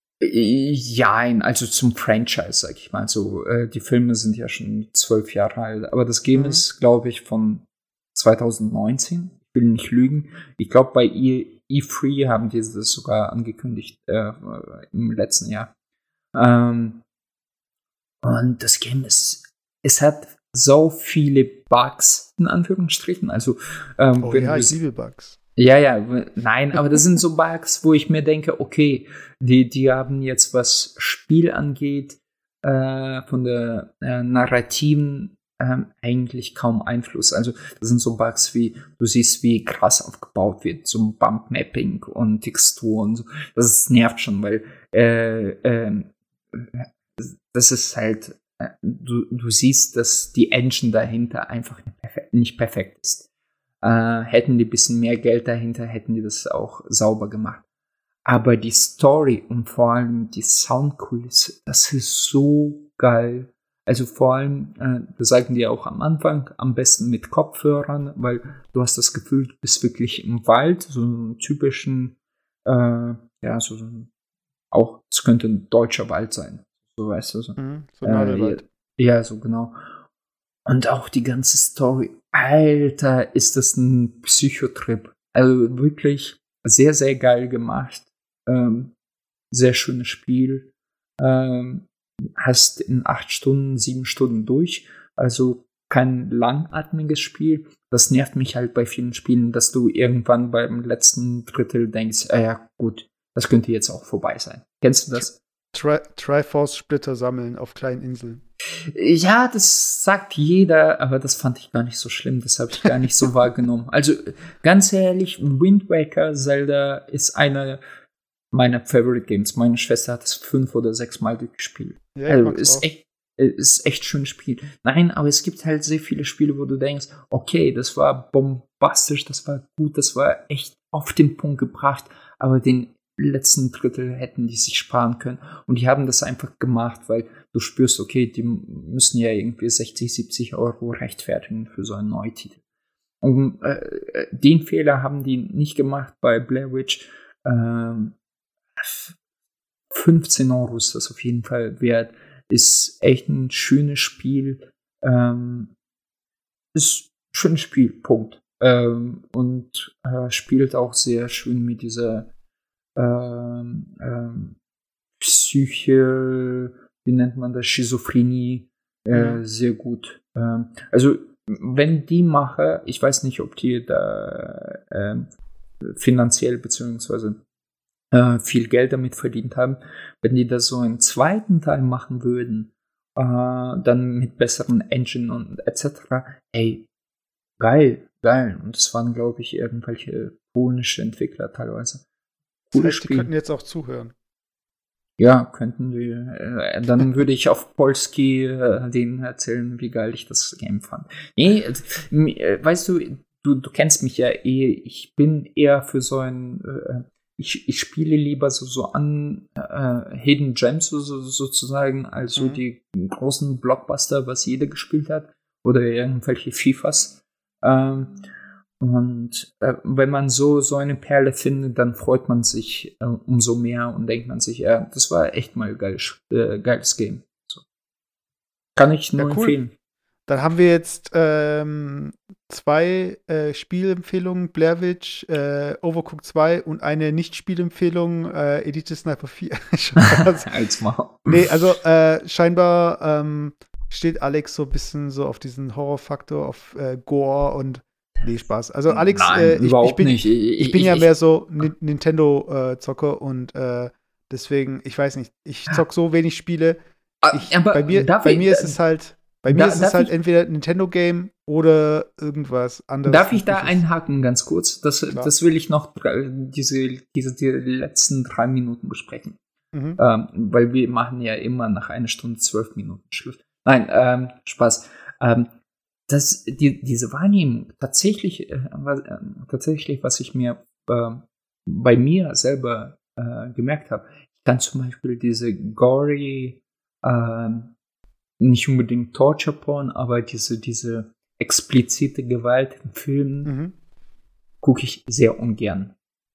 Ja, also zum Franchise, sag ich mal. So, äh, die Filme sind ja schon zwölf Jahre alt, aber das Game Mhm. ist, glaube ich, von zwanzig neunzehn. Ich will nicht lügen. Ich glaube, bei E drei haben die das sogar angekündigt äh, im letzten Jahr. Ähm, und das Game ist, es hat so viele Bugs, in Anführungsstrichen. Also, ähm, Oh wenn ja, du ich liebe Bugs. ja, ja, w- nein, aber das sind so Bugs, wo ich mir denke, okay, die, die haben jetzt, was Spiel angeht, äh, von der äh, narrativen ähm, eigentlich kaum Einfluss. Also das sind so Bugs wie, du siehst, wie krass aufgebaut wird, so Bump-Mapping und Textur und so. Das ist, nervt schon, weil äh, ähm, das ist halt, äh, du, du siehst, dass die Engine dahinter einfach nicht perfekt, nicht perfekt ist. Äh, hätten die ein bisschen mehr Geld dahinter, hätten die das auch sauber gemacht. Aber die Story und vor allem die Soundkulisse, das ist so geil. Also vor allem, äh, das sagen die auch am Anfang, am besten mit Kopfhörern, weil du hast das Gefühl, du bist wirklich im Wald, so einen typischen, äh, ja, so ein, auch, es könnte ein deutscher Wald sein. So weißt du so. Mhm. So Äh, Nadelwald. ja, ja, so genau. Und auch die ganze Story. Alter, ist das ein Psychotrip. Also wirklich sehr, sehr geil gemacht. Ähm, sehr schönes Spiel. Ähm, hast in acht Stunden, sieben Stunden durch. Also kein langatmiges Spiel. Das nervt mich halt bei vielen Spielen, dass du irgendwann beim letzten Drittel denkst, ah ja, gut, das könnte jetzt auch vorbei sein. Kennst du das? Tri- Triforce-Splitter sammeln auf kleinen Inseln. Ja, das sagt jeder, aber das fand ich gar nicht so schlimm. Das habe ich gar nicht so wahrgenommen. Also ganz ehrlich, Wind Waker Zelda ist einer meiner Favorite Games. Meine Schwester hat es fünf oder sechs Mal durchgespielt. Ja, ich Also mag's ist auch. echt, ist echt schönes Spiel. Nein, aber es gibt halt sehr viele Spiele, wo du denkst, okay, das war bombastisch, das war gut, das war echt auf den Punkt gebracht, aber den letzten Drittel hätten die sich sparen können. Und die haben das einfach gemacht, weil du spürst, okay, die müssen ja irgendwie sechzig, siebzig Euro rechtfertigen für so einen Neutitel. Und äh, den Fehler haben die nicht gemacht bei Blair Witch. Ähm, fünfzehn Euro ist das auf jeden Fall wert. Ist echt ein schönes Spiel. Ähm, ist ein schönes Spiel, Punkt. Ähm, und äh, spielt auch sehr schön mit dieser ähm, ähm, Psyche, wie nennt man das, Schizophrenie, äh, Mhm. sehr gut. Ähm, also, wenn die Macher, ich weiß nicht, ob die da ähm, finanziell beziehungsweise äh, viel Geld damit verdient haben, wenn die da so einen zweiten Teil machen würden, äh, dann mit besseren Engine und et cetera. Ey, geil, geil. Und es waren, glaube ich, irgendwelche polnische Entwickler teilweise. Das Cooles heißt, die Spiel. könnten jetzt auch zuhören. Ja, könnten wir. Äh, dann würde ich auf Polski äh, denen erzählen, wie geil ich das Game fand. Nee, äh, weißt du, du, du kennst mich ja eh. Ich bin eher für so ein. Äh, ich, ich spiele lieber so, so an äh, Hidden Gems so, so, sozusagen, als so Mhm. die großen Blockbuster, was jeder gespielt hat. Oder irgendwelche FIFAs. Ähm, Und äh, wenn man so, so eine Perle findet, dann freut man sich äh, umso mehr und denkt man sich, ja, das war echt mal ein geiles, äh, geiles Game. So. Kann ich nur Ja, cool. empfehlen. Dann haben wir jetzt ähm, zwei äh, Spielempfehlungen, Blair Witch, äh, Overcooked zwei und eine Nicht-Spielempfehlung, äh, Elite Sniper vier. Spaß. Als mal. Nee, also äh, scheinbar ähm, steht Alex so ein bisschen so auf diesen Horrorfaktor, auf äh, Gore und Nee, Spaß. Also Alex, Nein, äh, ich, überhaupt ich bin, nicht. ich, Ich- bin ja ich- mehr so Ni- Nintendo-Zocker und äh, deswegen, ich weiß nicht, ich zock so wenig Spiele. Ah, Ich, aber bei mir, darf bei ich- mir ist es halt, bei mir da- ist es darf halt ich- entweder ein Nintendo-Game oder irgendwas anderes. Darf ich da Übliches. einhaken, ganz kurz? Das, Klar. das will ich noch drei- diese, diese die letzten drei Minuten besprechen. Mhm. Ähm, weil wir machen ja immer nach einer Stunde zwölf Minuten Schluss. Nein, ähm, Spaß. Ähm, das, die, diese Wahrnehmung, tatsächlich, äh, was, äh, tatsächlich, was ich mir äh, bei mir selber äh, gemerkt habe, ich kann zum Beispiel diese gory, äh, nicht unbedingt Torture Porn, aber diese, diese explizite Gewalt in Filmen Mhm. gucke ich sehr ungern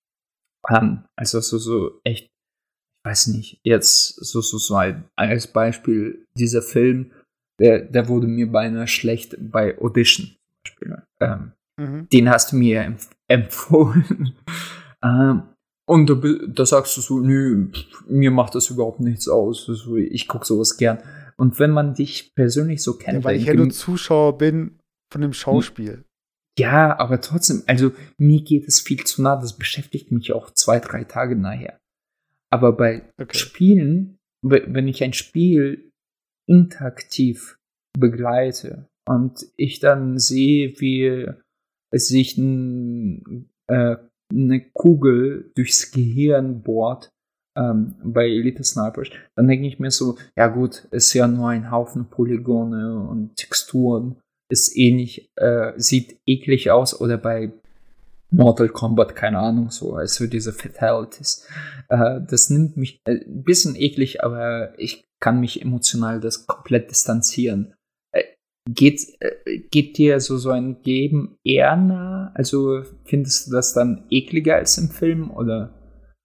an. Also so, so echt, ich weiß nicht, jetzt so, so, so ein, als Beispiel, dieser Film, der, der wurde mir beinahe schlecht bei Audition zum Beispiel. Ähm, Mhm. den hast du mir empf empfohlen. ähm, und da, bi- da sagst du so, nö, pff, mir macht das überhaupt nichts aus. Also, ich gucke sowas gern. Und wenn man dich persönlich so kennt, Ja, weil ich ja dann nur gem- Zuschauer bin von dem Schauspiel. ja, aber trotzdem, also mir geht es viel zu nah, das beschäftigt mich auch zwei, drei Tage nachher. Aber bei Okay. Spielen, we- wenn ich ein Spiel interaktiv begleite und ich dann sehe, wie es sich ein, äh, eine Kugel durchs Gehirn bohrt, ähm, bei Elite Snipers, dann denke ich mir so, ja gut, ist ja nur ein Haufen Polygone und Texturen, ist eh nicht, äh, sieht eklig aus, oder bei Mortal Kombat, keine Ahnung, so, also diese Fatalities. Äh, das nimmt mich äh, ein bisschen eklig, aber ich kann mich emotional das komplett distanzieren. Äh, geht, äh, geht dir so, so ein Geben eher nah? Also findest du das dann ekliger als im Film, oder?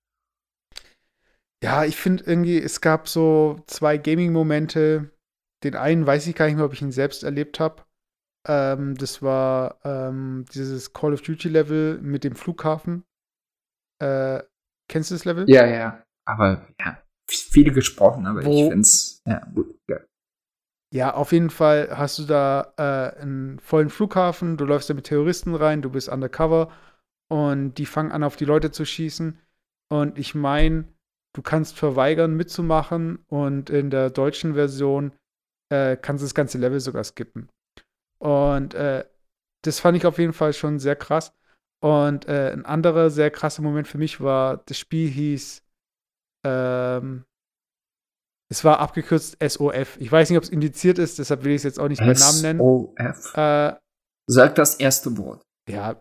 Ja, ich finde irgendwie, es gab so zwei Gaming-Momente. Den einen weiß ich gar nicht mehr, ob ich ihn selbst erlebt habe. Ähm, das war ähm, dieses Call of Duty-Level mit dem Flughafen. Äh, kennst du das Level? Ja, ja, aber ja, viel gesprochen, aber Wo- ich finde es, ja, gut, ja. Ja, auf jeden Fall hast du da äh, einen vollen Flughafen, du läufst da mit Terroristen rein, du bist undercover und die fangen an, auf die Leute zu schießen. Und ich meine, du kannst verweigern, mitzumachen, und in der deutschen Version äh, kannst du das ganze Level sogar skippen. Und äh, das fand ich auf jeden Fall schon sehr krass. Und äh, ein anderer sehr krasser Moment für mich war, das Spiel hieß, ähm, es war abgekürzt S O F. Ich weiß nicht, ob es indiziert ist, deshalb will ich es jetzt auch nicht beim Namen S nennen. O F. Äh, Sag das erste Wort. ja,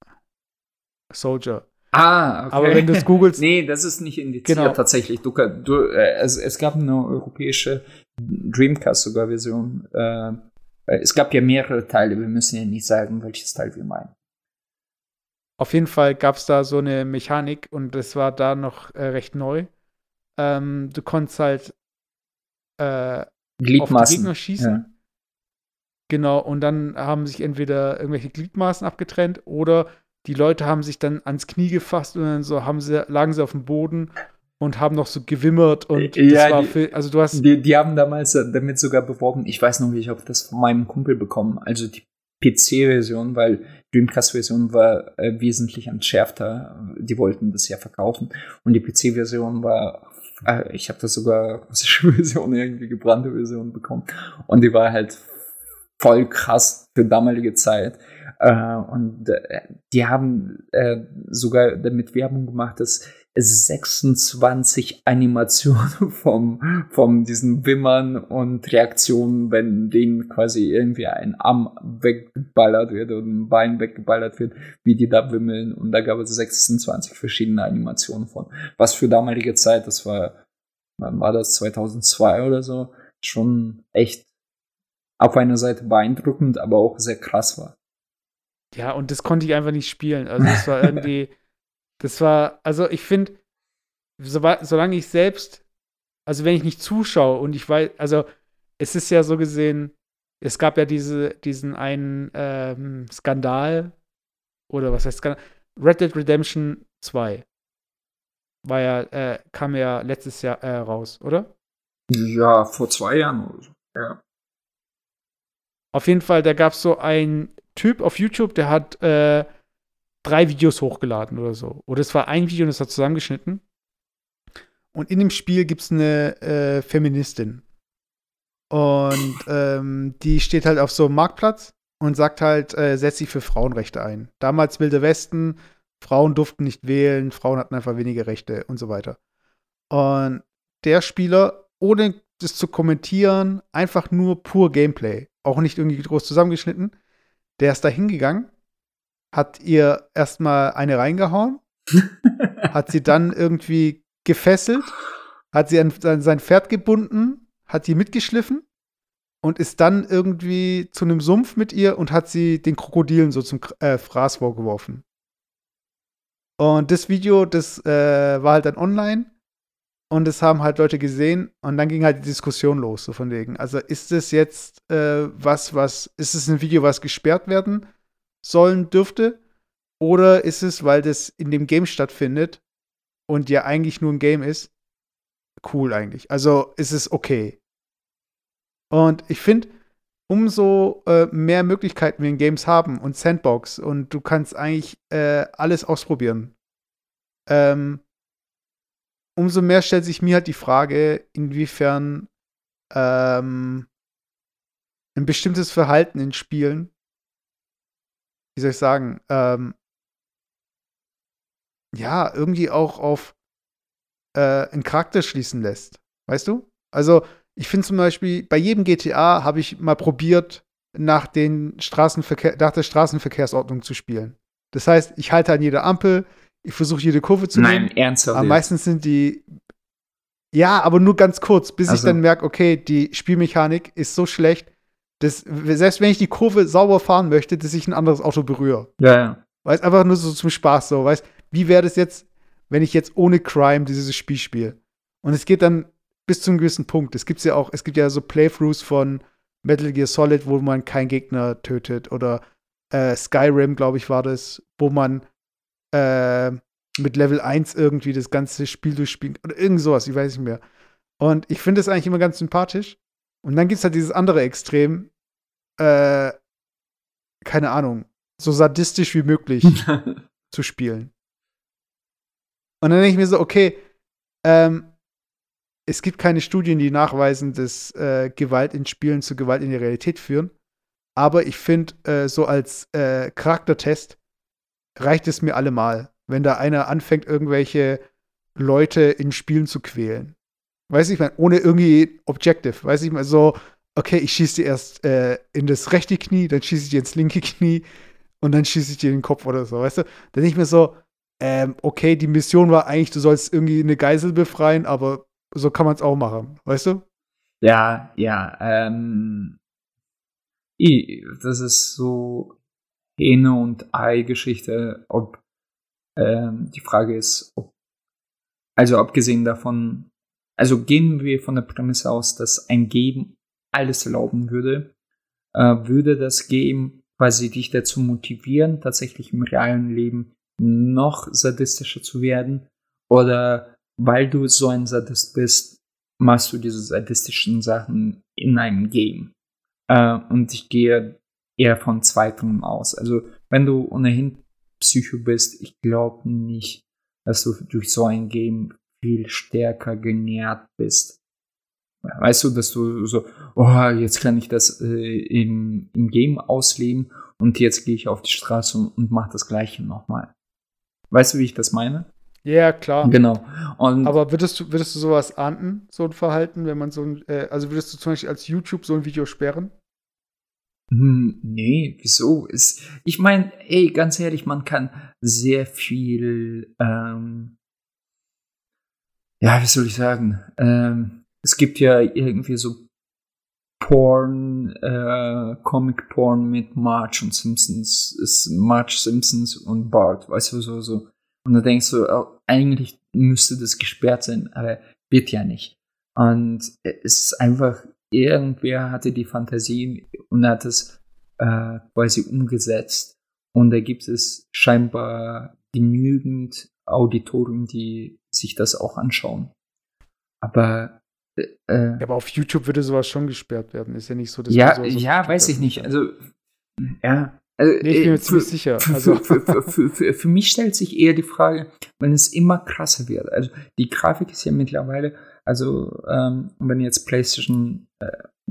Soldier. Ah, okay. Aber wenn du es googelst, Nee, das ist nicht indiziert Genau. tatsächlich. Du, kann- du, äh, es, es gab eine europäische Dreamcast sogar Version. Äh, äh, es gab ja mehrere Teile. Wir müssen ja nicht sagen, welches Teil wir meinen. auf jeden Fall gab es da so eine Mechanik und das war da noch äh, recht neu. Ähm, du konntest halt äh, auf die Gliedmaßen. Gegner schießen. Ja. Genau, und dann haben sich entweder irgendwelche Gliedmaßen abgetrennt oder die Leute haben sich dann ans Knie gefasst und dann so haben sie, lagen sie auf dem Boden und haben noch so gewimmert und Ja, das war die- für, also du hast, Die, die haben damals damit sogar beworben, ich weiß noch nicht, ich habe das von meinem Kumpel bekommen, also die P C-Version, weil Dreamcast-Version war äh, wesentlich entschärfter. Die wollten das ja verkaufen. Und die P C-Version war, äh, ich habe das sogar russische Version, irgendwie gebrannte Version bekommen. Und die war halt voll krass für damalige Zeit. Äh, und äh, die haben äh, sogar damit Werbung gemacht, dass sechsundzwanzig Animationen vom, vom diesen Wimmern und Reaktionen, wenn denen quasi irgendwie ein Arm weggeballert wird oder ein Bein weggeballert wird, wie die da wimmeln. Und da gab es sechsundzwanzig verschiedene Animationen von. Was für damalige Zeit, das war, wann war das, zweitausendzwei oder so, schon echt auf einer Seite beeindruckend, aber auch sehr krass war. ja, und das konnte ich einfach nicht spielen. Also das war irgendwie, das war, also ich finde, so, solange ich selbst, also wenn ich nicht zuschaue und ich weiß, also es ist ja so gesehen, es gab ja diese, diesen einen ähm, Skandal, oder was heißt Skandal? Red Dead Redemption zwei war ja, äh, kam ja letztes Jahr äh, raus, oder? Ja, vor zwei Jahren oder so. Ja. Auf jeden Fall, da gab es so ein Typ auf YouTube, der hat äh, drei Videos hochgeladen oder so. Oder es war ein Video und das hat zusammengeschnitten. Und in dem Spiel gibt es eine äh, Feministin. Und ähm, die steht halt auf so einem Marktplatz und sagt halt, äh, setzt sich für Frauenrechte ein. Damals Wilde Westen, Frauen durften nicht wählen, Frauen hatten einfach weniger Rechte und so weiter. Und der Spieler, ohne das zu kommentieren, einfach nur pur Gameplay, auch nicht irgendwie groß zusammengeschnitten, der ist da hingegangen, hat ihr erstmal eine reingehauen, hat sie dann irgendwie gefesselt, hat sie an, an sein Pferd gebunden, hat die mitgeschliffen und ist dann irgendwie zu einem Sumpf mit ihr und hat sie den Krokodilen so zum äh, Fraß vorgeworfen. Und das Video, das äh, war halt dann online und das haben halt Leute gesehen und dann ging halt die Diskussion los, so von wegen. Also ist das jetzt äh, was, was, ist es ein Video, was gesperrt werden sollen dürfte? Oder ist es, weil das in dem Game stattfindet und ja eigentlich nur ein Game ist, cool eigentlich. Also ist es okay. Und ich finde, umso äh, mehr Möglichkeiten wir in Games haben und Sandbox und du kannst eigentlich äh, alles ausprobieren, ähm, umso mehr stellt sich mir halt die Frage, inwiefern ähm, ein bestimmtes Verhalten in Spielen, wie soll ich sagen, ähm, ja, irgendwie auch auf äh, einen Charakter schließen lässt. Weißt du? Also, ich finde zum Beispiel, bei jedem G T A habe ich mal probiert, nach, den Straßenverkehr, nach der Straßenverkehrsordnung zu spielen. Das heißt, ich halte an jeder Ampel, ich versuche jede Kurve zu nehmen. Nein, ernsthaft. Aber meistens sind die ja, aber nur ganz kurz, bis also. ich dann merke, okay, die Spielmechanik ist so schlecht, dass selbst wenn ich die Kurve sauber fahren möchte, dass ich ein anderes Auto berühre. Ja, ja. Weißt, einfach nur so zum Spaß so, weißt, wie wäre das jetzt, wenn ich jetzt ohne Crime dieses Spiel spiele? Und es geht dann bis zu einem gewissen Punkt. Es gibt ja auch, es gibt ja so Playthroughs von Metal Gear Solid, wo man keinen Gegner tötet. Oder äh, Skyrim, glaube ich, war das, wo man äh, mit Level eins irgendwie das ganze Spiel durchspielt. Oder irgend sowas, ich weiß nicht mehr. Und ich finde das eigentlich immer ganz sympathisch. Und dann gibt es halt dieses andere Extrem, äh, keine Ahnung, so sadistisch wie möglich zu spielen. Und dann denke ich mir so, okay, ähm, es gibt keine Studien, die nachweisen, dass äh, Gewalt in Spielen zu Gewalt in der Realität führen. Aber ich finde, äh, so als äh, Charaktertest reicht es mir allemal, wenn da einer anfängt, irgendwelche Leute in Spielen zu quälen. Weiß ich mal, ohne irgendwie Objective. Weiß ich mal, so, okay, ich schieße dir erst äh, in das rechte Knie, dann schieße ich dir ins linke Knie und dann schieße ich dir in den Kopf oder so, weißt du? Dann denke ich mir so, ähm, okay, die Mission war eigentlich, du sollst irgendwie eine Geisel befreien, aber so kann man es auch machen, weißt du? Ja, ja, ähm, ich, das ist so Hähne- und Ei-Geschichte, ob ähm, die Frage ist, ob, also abgesehen davon, also gehen wir von der Prämisse aus, dass ein Game alles erlauben würde, äh, würde das Game quasi dich dazu motivieren, tatsächlich im realen Leben noch sadistischer zu werden, oder weil du so ein Sadist bist, machst du diese sadistischen Sachen in einem Game. Äh, und ich gehe eher von Zweifel aus. Also, wenn du ohnehin Psycho bist, ich glaube nicht, dass du durch so ein Game viel stärker genährt bist. Weißt du, dass du so, oh, jetzt kann ich das äh, im, im Game ausleben und jetzt gehe ich auf die Straße und, und mache das Gleiche nochmal. Weißt du, wie ich das meine? Ja, yeah, klar. Genau. Und aber würdest du, würdest du sowas ahnden, so ein Verhalten, wenn man so ein, äh, also würdest du zum Beispiel als YouTube so ein Video sperren? Hm, nee, wieso? Ist, ich meine, ey, ganz ehrlich, man kann sehr viel, ähm, ja, wie soll ich sagen, ähm, es gibt ja irgendwie so Porn, äh, Comic-Porn mit Marge und Simpsons, ist Marge Simpsons und Bart, weißt du, so, so. Und da denkst du, oh, eigentlich müsste das gesperrt sein, aber wird ja nicht. Und es ist einfach, irgendwer hatte die Fantasie und hat es äh, quasi umgesetzt. Und da gibt es scheinbar genügend Auditoren, die sich das auch anschauen. Aber äh, ja, aber auf YouTube würde sowas schon gesperrt werden. Ist ja nicht so, dass ja, du sowas ja, weiß ich nicht. Also ja, Also, Nee, ich bin mir äh, ziemlich für, sicher. Für, Also, für, für, für, für, für mich stellt sich eher die Frage, wenn es immer krasser wird. Also die Grafik ist ja mittlerweile, also ähm, wenn jetzt PlayStation äh,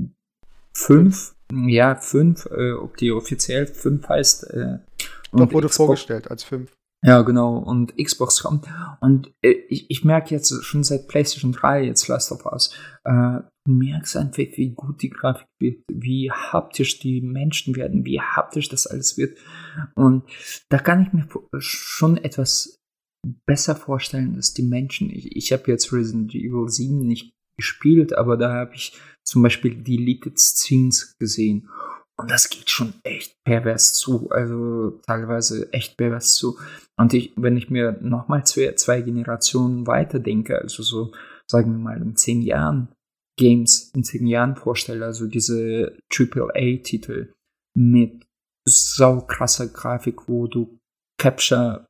fünf, ja, fünf, äh, ob die offiziell fünf heißt, äh, und doch wurde Xbox, vorgestellt als fünf. ja, genau, und Xbox kommt. Und äh, ich, ich merke jetzt schon seit PlayStation drei, jetzt Last of Us, äh, du merkst einfach, wie gut die Grafik wird, wie haptisch die Menschen werden, wie haptisch das alles wird. Und da kann ich mir schon etwas besser vorstellen, dass die Menschen, ich, ich habe jetzt Resident Evil sieben nicht gespielt, aber da habe ich zum Beispiel die Deleted Scenes gesehen. Und das geht schon echt pervers zu, also teilweise echt pervers zu. Und ich, wenn ich mir nochmal zwei, zwei Generationen weiter denke, also so, sagen wir mal, in zehn Jahren Games in zehn Jahren vorstelle, also diese Triple A Titel mit saukrasser Grafik, wo du Capture,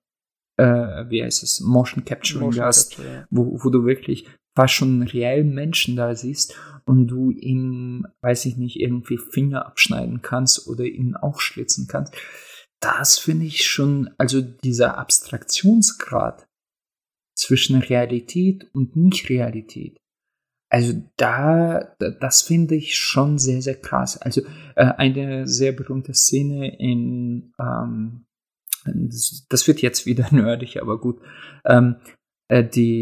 äh, wie heißt es, Motion Capturing Motion hast, Capture, ja. wo, wo du wirklich fast schon einen reellen Menschen da siehst und du ihm, weiß ich nicht, irgendwie Finger abschneiden kannst oder ihn aufschlitzen kannst. Das finde ich schon, also dieser Abstraktionsgrad zwischen Realität und Nicht-Realität, also da, das finde ich schon sehr, sehr krass. Also äh, eine sehr berühmte Szene in, ähm, das, das wird jetzt wieder nerdig, aber gut, ähm, äh,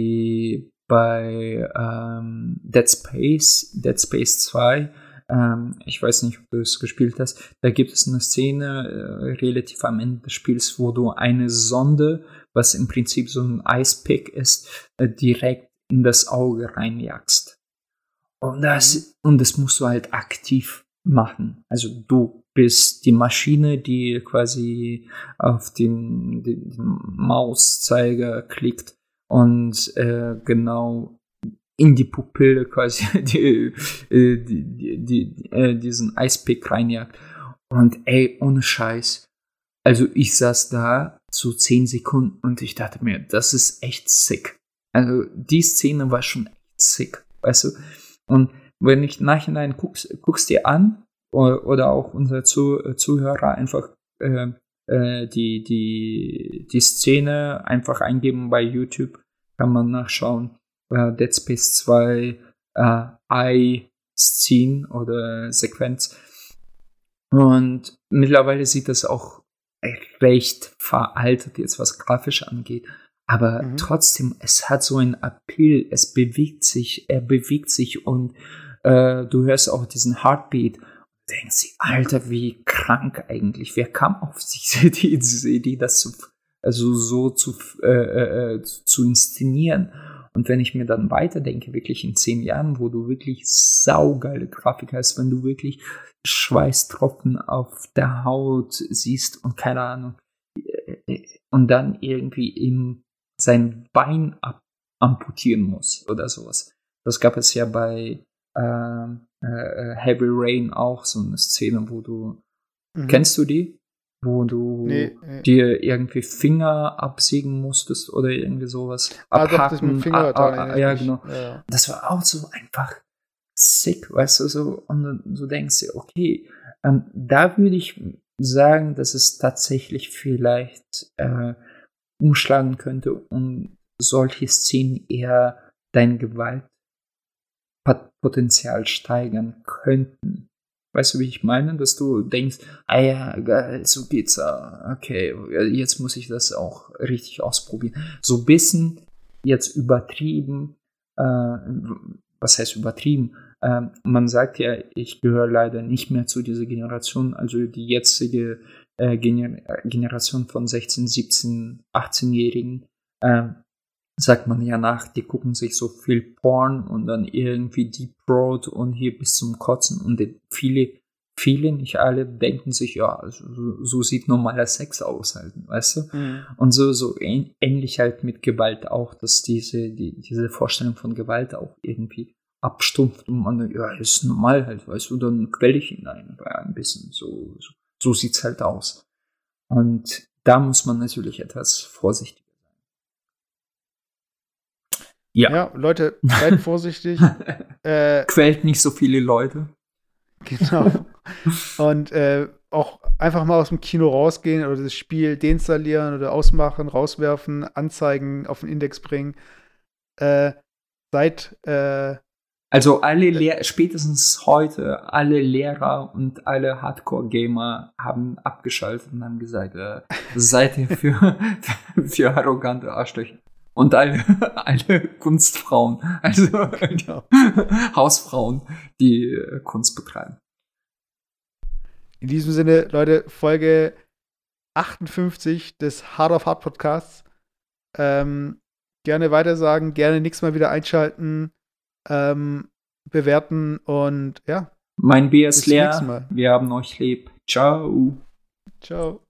die bei ähm, Dead Space, Dead Space zwei, ähm, ich weiß nicht, ob du es gespielt hast, da gibt es eine Szene äh, relativ am Ende des Spiels, wo du eine Sonde, was im Prinzip so ein Icepick ist, äh, direkt in das Auge reinjagst. Und das, und das musst du halt aktiv machen. Also du bist die Maschine, die quasi auf den, den Mauszeiger klickt und äh, genau in die Pupille quasi die, die, die, die, äh, diesen Icepick reinjagt. Und ey, ohne Scheiß. Also ich saß da zu zehn Sekunden und ich dachte mir, das ist echt sick. Also die Szene war schon echt sick, weißt du. Und wenn ich nachhinein guckst, guckst dir an oder, oder auch unsere Zu, Zuhörer einfach äh, äh, die, die, die Szene einfach eingeben bei YouTube, kann man nachschauen. Äh, Dead Space zwei äh, Eye-Scene oder Sequenz. Und mittlerweile sieht das auch recht veraltet jetzt, was grafisch angeht. Aber mhm. trotzdem, es hat so einen Appeal, es bewegt sich, er bewegt sich und äh, du hörst auch diesen Heartbeat und denkst dir, Alter, wie krank eigentlich. Wer kam auf diese Idee, diese Idee, das zu, also so zu, äh, äh, zu inszenieren? Und wenn ich mir dann weiterdenke, wirklich in zehn Jahren, wo du wirklich saugeile Grafik hast, wenn du wirklich Schweißtropfen auf der Haut siehst und keine Ahnung, und dann irgendwie ihm sein Bein ab amputieren muss oder sowas. Das gab es ja bei äh, äh, Heavy Rain auch, so eine Szene, wo du, mhm. kennst du die? Wo du nee, nee. dir irgendwie Finger absägen musstest oder irgendwie sowas. Ah, doch, das mit dem Finger. Ah, ah, ah, ja, genau. Ja. Das war auch so einfach sick, weißt du, so. Und du denkst dir, okay, ähm, da würde ich sagen, dass es tatsächlich vielleicht äh, umschlagen könnte und solche Szenen eher dein Gewaltpotenzial steigern könnten. Weißt du, wie ich meine? Dass du denkst, ah ja, geil, so geht's, okay, jetzt muss ich das auch richtig ausprobieren. So ein bisschen jetzt übertrieben, äh, was heißt übertrieben? Äh, man sagt ja, ich gehöre leider nicht mehr zu dieser Generation, also die jetzige äh, Gener- Generation von sechzehn, siebzehn, achtzehnjährigen, äh, sagt man ja nach, die gucken sich so viel Porn und dann irgendwie Deep Throat und hier bis zum Kotzen und viele, viele, nicht alle, denken sich, ja, also so, so sieht normaler Sex aus halt, weißt du? Mhm. Und so, so ähn, ähnlich halt mit Gewalt auch, dass diese, die, diese Vorstellung von Gewalt auch irgendwie abstumpft und man, ja, ist normal halt, weißt du, dann quelle ich hinein, ein bisschen, so, so, so sieht's halt aus. Und da muss man natürlich etwas vorsichtig Ja. ja, Leute, seid vorsichtig. äh, Quält nicht so viele Leute. Genau. Und äh, auch einfach mal aus dem Kino rausgehen oder das Spiel deinstallieren oder ausmachen, rauswerfen, anzeigen, auf den Index bringen. Äh, seit äh, Also alle Lehr- spätestens heute, alle Lehrer und alle Hardcore-Gamer haben abgeschaltet und haben gesagt, äh, was seid ihr für, für arrogante Arschlöcher. Und alle, alle Kunstfrauen, also Genau. Hausfrauen, die äh, Kunst betreiben. In diesem Sinne, Leute, Folge achtundfünfzig des Hard of Hard Podcasts. Ähm, gerne weitersagen, gerne nächstes Mal wieder einschalten, ähm, bewerten und ja. Mein Bier ist Bis zum nächsten leer. Mal. Wir haben euch lieb. Ciao. Ciao.